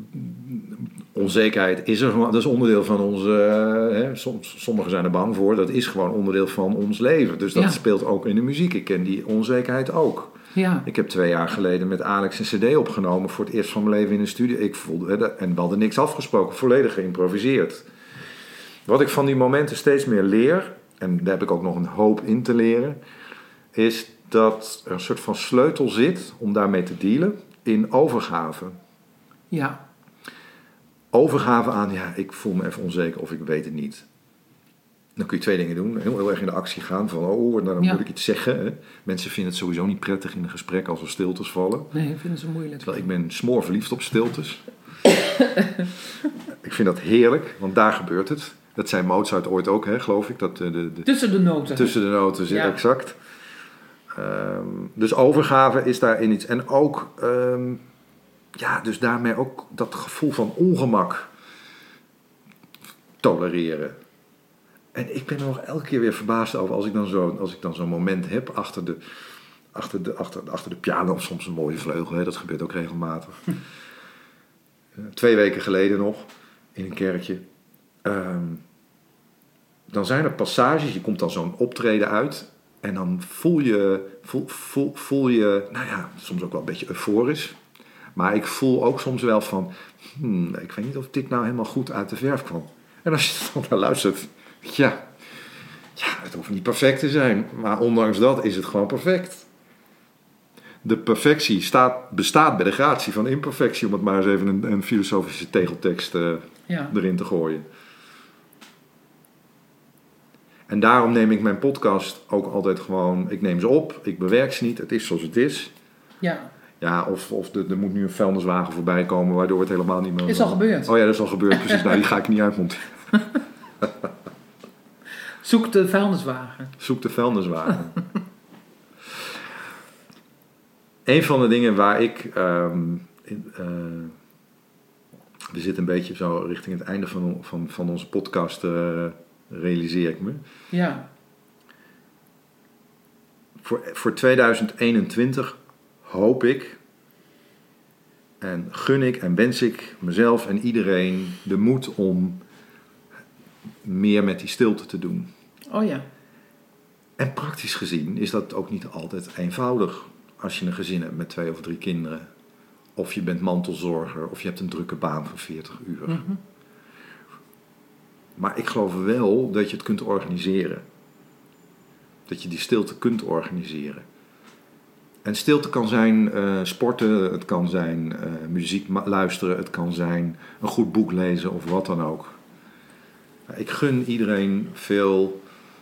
Speaker 1: onzekerheid is er gewoon, dat is onderdeel van onze, uh, hè, soms, sommigen zijn er bang voor, dat is gewoon onderdeel van ons leven. Dus dat ja. speelt ook in de muziek. Ik ken die onzekerheid ook.
Speaker 2: Ja.
Speaker 1: Ik heb twee jaar geleden met Alex een cd opgenomen voor het eerst van mijn leven in een studio. Ik voelde, hè, en we hadden niks afgesproken, volledig geïmproviseerd. Wat ik van die momenten steeds meer leer, en daar heb ik ook nog een hoop in te leren, is dat er een soort van sleutel zit om daarmee te dealen in overgave.
Speaker 2: Ja.
Speaker 1: Overgave aan, ja, ik voel me even onzeker of ik weet het niet. Dan kun je twee dingen doen. Heel, heel erg in de actie gaan van, oh, dan ja. moet ik iets zeggen. Hè. Mensen vinden het sowieso niet prettig in een gesprek als er stiltes vallen.
Speaker 2: Nee, vinden ze moeilijk.
Speaker 1: Terwijl ik ben smoor verliefd op stiltes. Ik vind dat heerlijk, want daar gebeurt het. Dat zei Mozart ooit ook, hè, geloof ik. Dat, de, de,
Speaker 2: tussen de noten.
Speaker 1: Tussen de noten, ja. exact. Um, dus overgave is daarin iets. En ook, um, ja, dus daarmee ook dat gevoel van ongemak tolereren. En ik ben er nog elke keer weer verbaasd over als ik dan, zo, als ik dan zo'n moment heb achter, de, achter, de, achter, achter de piano, of soms een mooie vleugel. Hè? Dat gebeurt ook regelmatig. Hm. Uh, twee weken geleden nog, in een kerkje. Um, dan zijn er passages, je komt dan zo'n optreden uit. En dan voel je, voel, voel, voel je, nou ja, soms ook wel een beetje euforisch. Maar ik voel ook soms wel van, hmm, ik weet niet of dit nou helemaal goed uit de verf kwam. En als je dan naar luistert, ja, ja, het hoeft niet perfect te zijn. Maar ondanks dat is het gewoon perfect. De perfectie staat, bestaat bij de gratie van imperfectie, om het maar eens even een, een filosofische tegeltekst uh, ja. erin te gooien. En daarom neem ik mijn podcast ook altijd gewoon, ik neem ze op, ik bewerk ze niet, het is zoals het is.
Speaker 2: Ja.
Speaker 1: Ja, of, of de, er moet nu een vuilniswagen voorbij komen, waardoor het helemaal niet meer...
Speaker 2: Is al gebeurd.
Speaker 1: Oh ja, dat is al gebeurd, precies. Nou, die ga ik niet uitmonteren.
Speaker 2: Zoek de vuilniswagen.
Speaker 1: Zoek de vuilniswagen. Een van de dingen waar ik... Um, in, uh, we zitten een beetje zo richting het einde van, van, van onze podcast, uh, realiseer ik me.
Speaker 2: Ja.
Speaker 1: Voor, voor tweeduizend eenentwintig hoop ik en gun ik en wens ik mezelf en iedereen de moed om meer met die stilte te doen.
Speaker 2: Oh ja.
Speaker 1: En praktisch gezien is dat ook niet altijd eenvoudig als je een gezin hebt met twee of drie kinderen. Of je bent mantelzorger of je hebt een drukke baan van veertig uur. Mm-hmm. Maar ik geloof wel dat je het kunt organiseren. Dat je die stilte kunt organiseren. En stilte kan zijn uh, sporten, het kan zijn uh, muziek ma- luisteren, het kan zijn een goed boek lezen of wat dan ook. Ik gun iedereen veel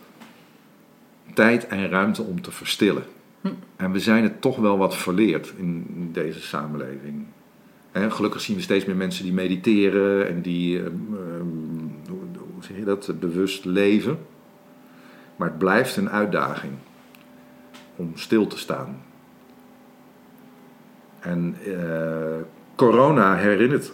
Speaker 1: tijd en ruimte om te verstillen. Hm. En we zijn het toch wel wat verleerd in deze samenleving. En gelukkig zien we steeds meer mensen die mediteren en die, uh, uh, hoe zeg je dat, bewust leven. Maar het blijft een uitdaging om stil te staan. En uh, corona herinnert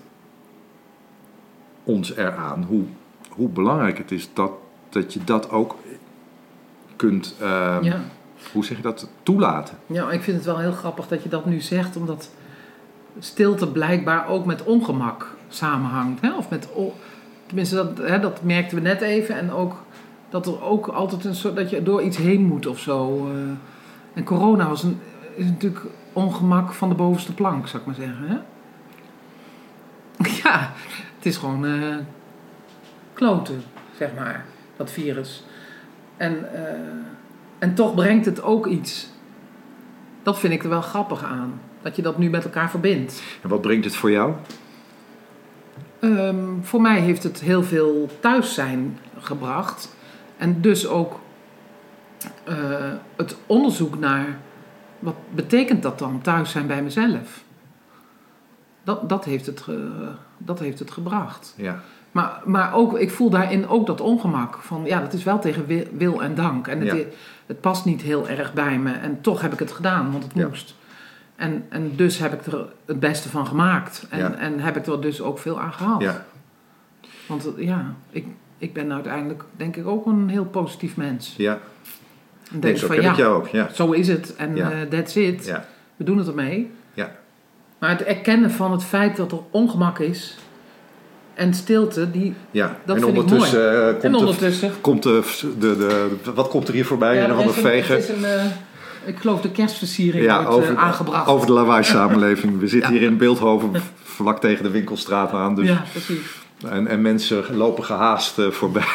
Speaker 1: ons eraan hoe, hoe belangrijk het is dat, dat je dat ook kunt, uh, ja. hoe zeg je dat, toelaten.
Speaker 2: Ja, ik vind het wel heel grappig dat je dat nu zegt, omdat stilte blijkbaar ook met ongemak samenhangt. Hè? Of met, tenminste, dat, hè, dat merkten we net even. En ook dat er ook altijd een soort, dat je door iets heen moet of zo. Uh, en corona was een, is natuurlijk ongemak van de bovenste plank, zou ik maar zeggen. Hè? Ja, het is gewoon uh, kloten, zeg maar, dat virus. En, uh, en toch brengt het ook iets. Dat vind ik er wel grappig aan. Dat je dat nu met elkaar verbindt.
Speaker 1: En wat brengt het voor jou?
Speaker 2: Um, voor mij heeft het heel veel thuis zijn gebracht. En dus ook uh, het onderzoek naar... wat betekent dat dan, thuis zijn bij mezelf? Dat, dat, heeft, het ge, dat heeft het gebracht.
Speaker 1: Ja.
Speaker 2: Maar, maar ook, ik voel daarin ook dat ongemak. Van ja, dat is wel tegen wil, wil en dank. En het, ja. het past niet heel erg bij me. En toch heb ik het gedaan, want het ja. moest. En, en dus heb ik er het beste van gemaakt. En, ja. en heb ik er dus ook veel aan gehad. Ja. Want ja, ik, ik ben uiteindelijk denk ik ook een heel positief mens.
Speaker 1: Ja. En denk nee, zo van, ken ja, ik jou ook. Ja.
Speaker 2: Zo is het. En ja. uh, that's it.
Speaker 1: Ja.
Speaker 2: We doen het ermee.
Speaker 1: Ja.
Speaker 2: Maar het erkennen van het feit dat er ongemak is... en stilte, die,
Speaker 1: ja.
Speaker 2: dat
Speaker 1: en
Speaker 2: vind ik mooi.
Speaker 1: Uh, komt
Speaker 2: en ondertussen...
Speaker 1: De, komt de, de, de, de, wat komt er hier voorbij? Ja, en dan vegen.
Speaker 2: Het is een... Uh, Ik geloof de kerstversiering
Speaker 1: ja,
Speaker 2: wordt
Speaker 1: over,
Speaker 2: uh, aangebracht.
Speaker 1: Over de lawaai-samenleving. We zitten ja. hier in Beeldhoven, vlak tegen de winkelstraat aan. Dus,
Speaker 2: ja, precies.
Speaker 1: En, en mensen lopen gehaast uh, voorbij.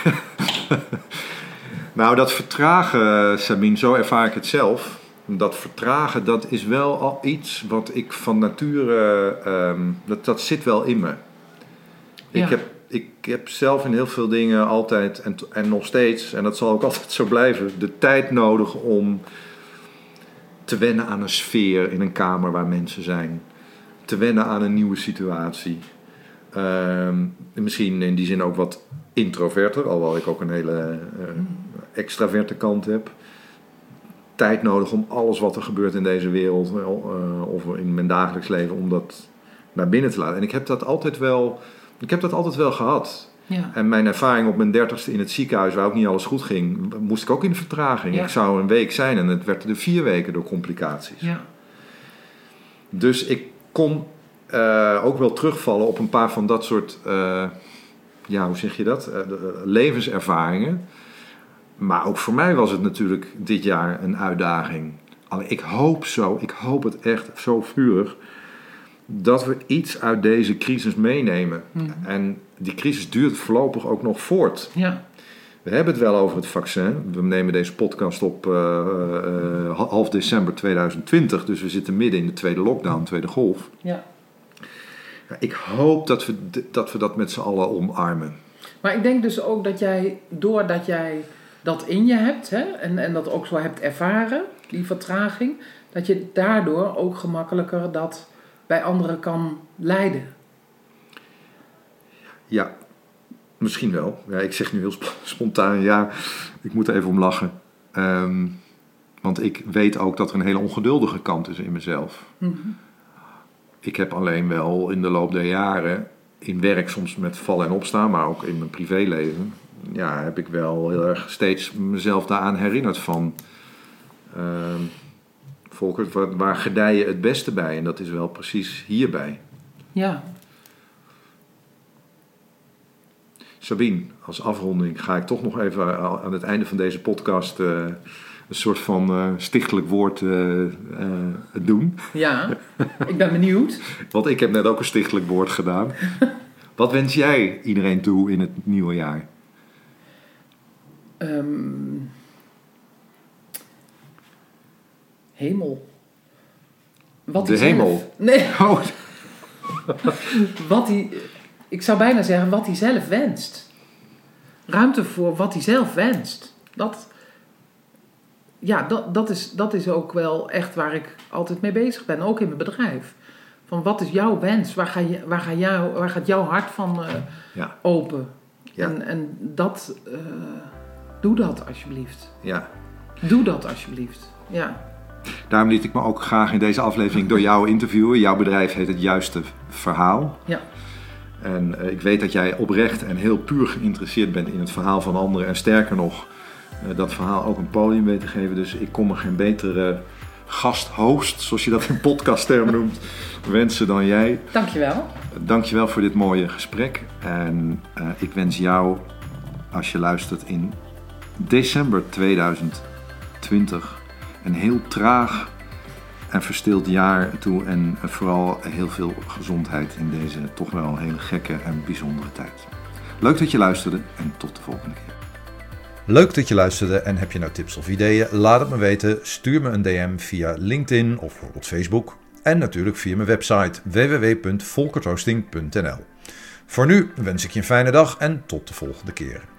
Speaker 1: Nou, dat vertragen, Sabine, zo ervaar ik het zelf. Dat vertragen, dat is wel al iets wat ik van nature... Um, dat, dat zit wel in me. Ja. Ik heb... Ik heb zelf in heel veel dingen altijd, en, en nog steeds, en dat zal ook altijd zo blijven, de tijd nodig om te wennen aan een sfeer in een kamer waar mensen zijn. Te wennen aan een nieuwe situatie. Um, misschien in die zin ook wat introverter, alhoewel ik ook een hele uh, extraverte kant heb. Tijd nodig om alles wat er gebeurt in deze wereld, uh, of in mijn dagelijks leven, om dat naar binnen te laten. En ik heb dat altijd wel... Ik heb dat altijd wel gehad.
Speaker 2: Ja.
Speaker 1: En mijn ervaring op mijn dertigste in het ziekenhuis, waar ook niet alles goed ging, moest ik ook in de vertraging.
Speaker 2: Ja.
Speaker 1: Ik zou een week zijn en het werd er vier weken door complicaties.
Speaker 2: Ja.
Speaker 1: Dus ik kon uh, ook wel terugvallen op een paar van dat soort, uh, ja, hoe zeg je dat, uh, levenservaringen. Maar ook voor mij was het natuurlijk dit jaar een uitdaging. Alleen ik hoop zo, ik hoop het echt zo vurig, dat we iets uit deze crisis meenemen. Mm-hmm. En die crisis duurt voorlopig ook nog voort.
Speaker 2: Ja.
Speaker 1: We hebben het wel over het vaccin. We nemen deze podcast op uh, uh, half december tweeduizend twintig. Dus we zitten midden in de tweede lockdown, tweede golf.
Speaker 2: Ja.
Speaker 1: Ja, ik hoop dat we, dat we dat met z'n allen omarmen.
Speaker 2: Maar ik denk dus ook dat jij, doordat jij dat in je hebt, hè, en, en dat ook zo hebt ervaren, die vertraging, dat je daardoor ook gemakkelijker dat bij anderen kan leiden.
Speaker 1: Ja, misschien wel. Ja, ik zeg nu heel sp- spontaan ja, ik moet er even om lachen. Um, want ik weet ook dat er een hele ongeduldige kant is in mezelf.
Speaker 2: Mm-hmm.
Speaker 1: Ik heb alleen wel in de loop der jaren, in werk soms met vallen en opstaan, maar ook in mijn privéleven, ja, heb ik wel heel erg steeds mezelf daaraan herinnerd van, uh, Volkert, waar, waar gedij je het beste bij? En dat is wel precies hierbij.
Speaker 2: Ja.
Speaker 1: Sabine, als afronding ga ik toch nog even aan het einde van deze podcast uh, een soort van uh, stichtelijk woord uh, uh, doen.
Speaker 2: Ja, ik ben benieuwd.
Speaker 1: Want ik heb net ook een stichtelijk woord gedaan. Wat wens jij iedereen toe in het nieuwe jaar?
Speaker 2: Um, hemel. Wat
Speaker 1: De hemel?
Speaker 2: Zelf, nee.
Speaker 1: Oh.
Speaker 2: Wat hij, ik zou bijna zeggen wat hij zelf wenst. Ruimte voor wat hij zelf wenst. Dat, ja, dat, dat, is, dat is ook wel echt waar ik altijd mee bezig ben. Ook in mijn bedrijf. Van wat is jouw wens? Waar, ga je, waar, ga jou, waar gaat jouw hart van uh,
Speaker 1: ja.
Speaker 2: open?
Speaker 1: Ja.
Speaker 2: En, en dat, uh, doe dat alsjeblieft.
Speaker 1: Ja.
Speaker 2: Doe dat alsjeblieft. Ja.
Speaker 1: Daarom liet ik me ook graag in deze aflevering door jou interviewen. Jouw bedrijf heet Het Juiste Verhaal.
Speaker 2: Ja.
Speaker 1: En uh, ik weet dat jij oprecht en heel puur geïnteresseerd bent in het verhaal van anderen. En sterker nog, uh, dat verhaal ook een podium weet te geven. Dus ik kon me geen betere gasthost, zoals je dat in podcasttermen noemt, wensen dan jij.
Speaker 2: Dankjewel.
Speaker 1: Dankjewel voor dit mooie gesprek. En uh, ik wens jou, als je luistert in december tweeduizend twintig, een heel traag en verstild jaar toe. En uh, vooral heel veel gezondheid in deze toch wel hele gekke en bijzondere tijd. Leuk dat je luisterde en tot de volgende keer. Leuk dat je luisterde en heb je nou tips of ideeën? Laat het me weten. Stuur me een D M via LinkedIn of bijvoorbeeld Facebook. En natuurlijk via mijn website w w w punt volkertoosting punt n l. Voor nu wens ik je een fijne dag en tot de volgende keer.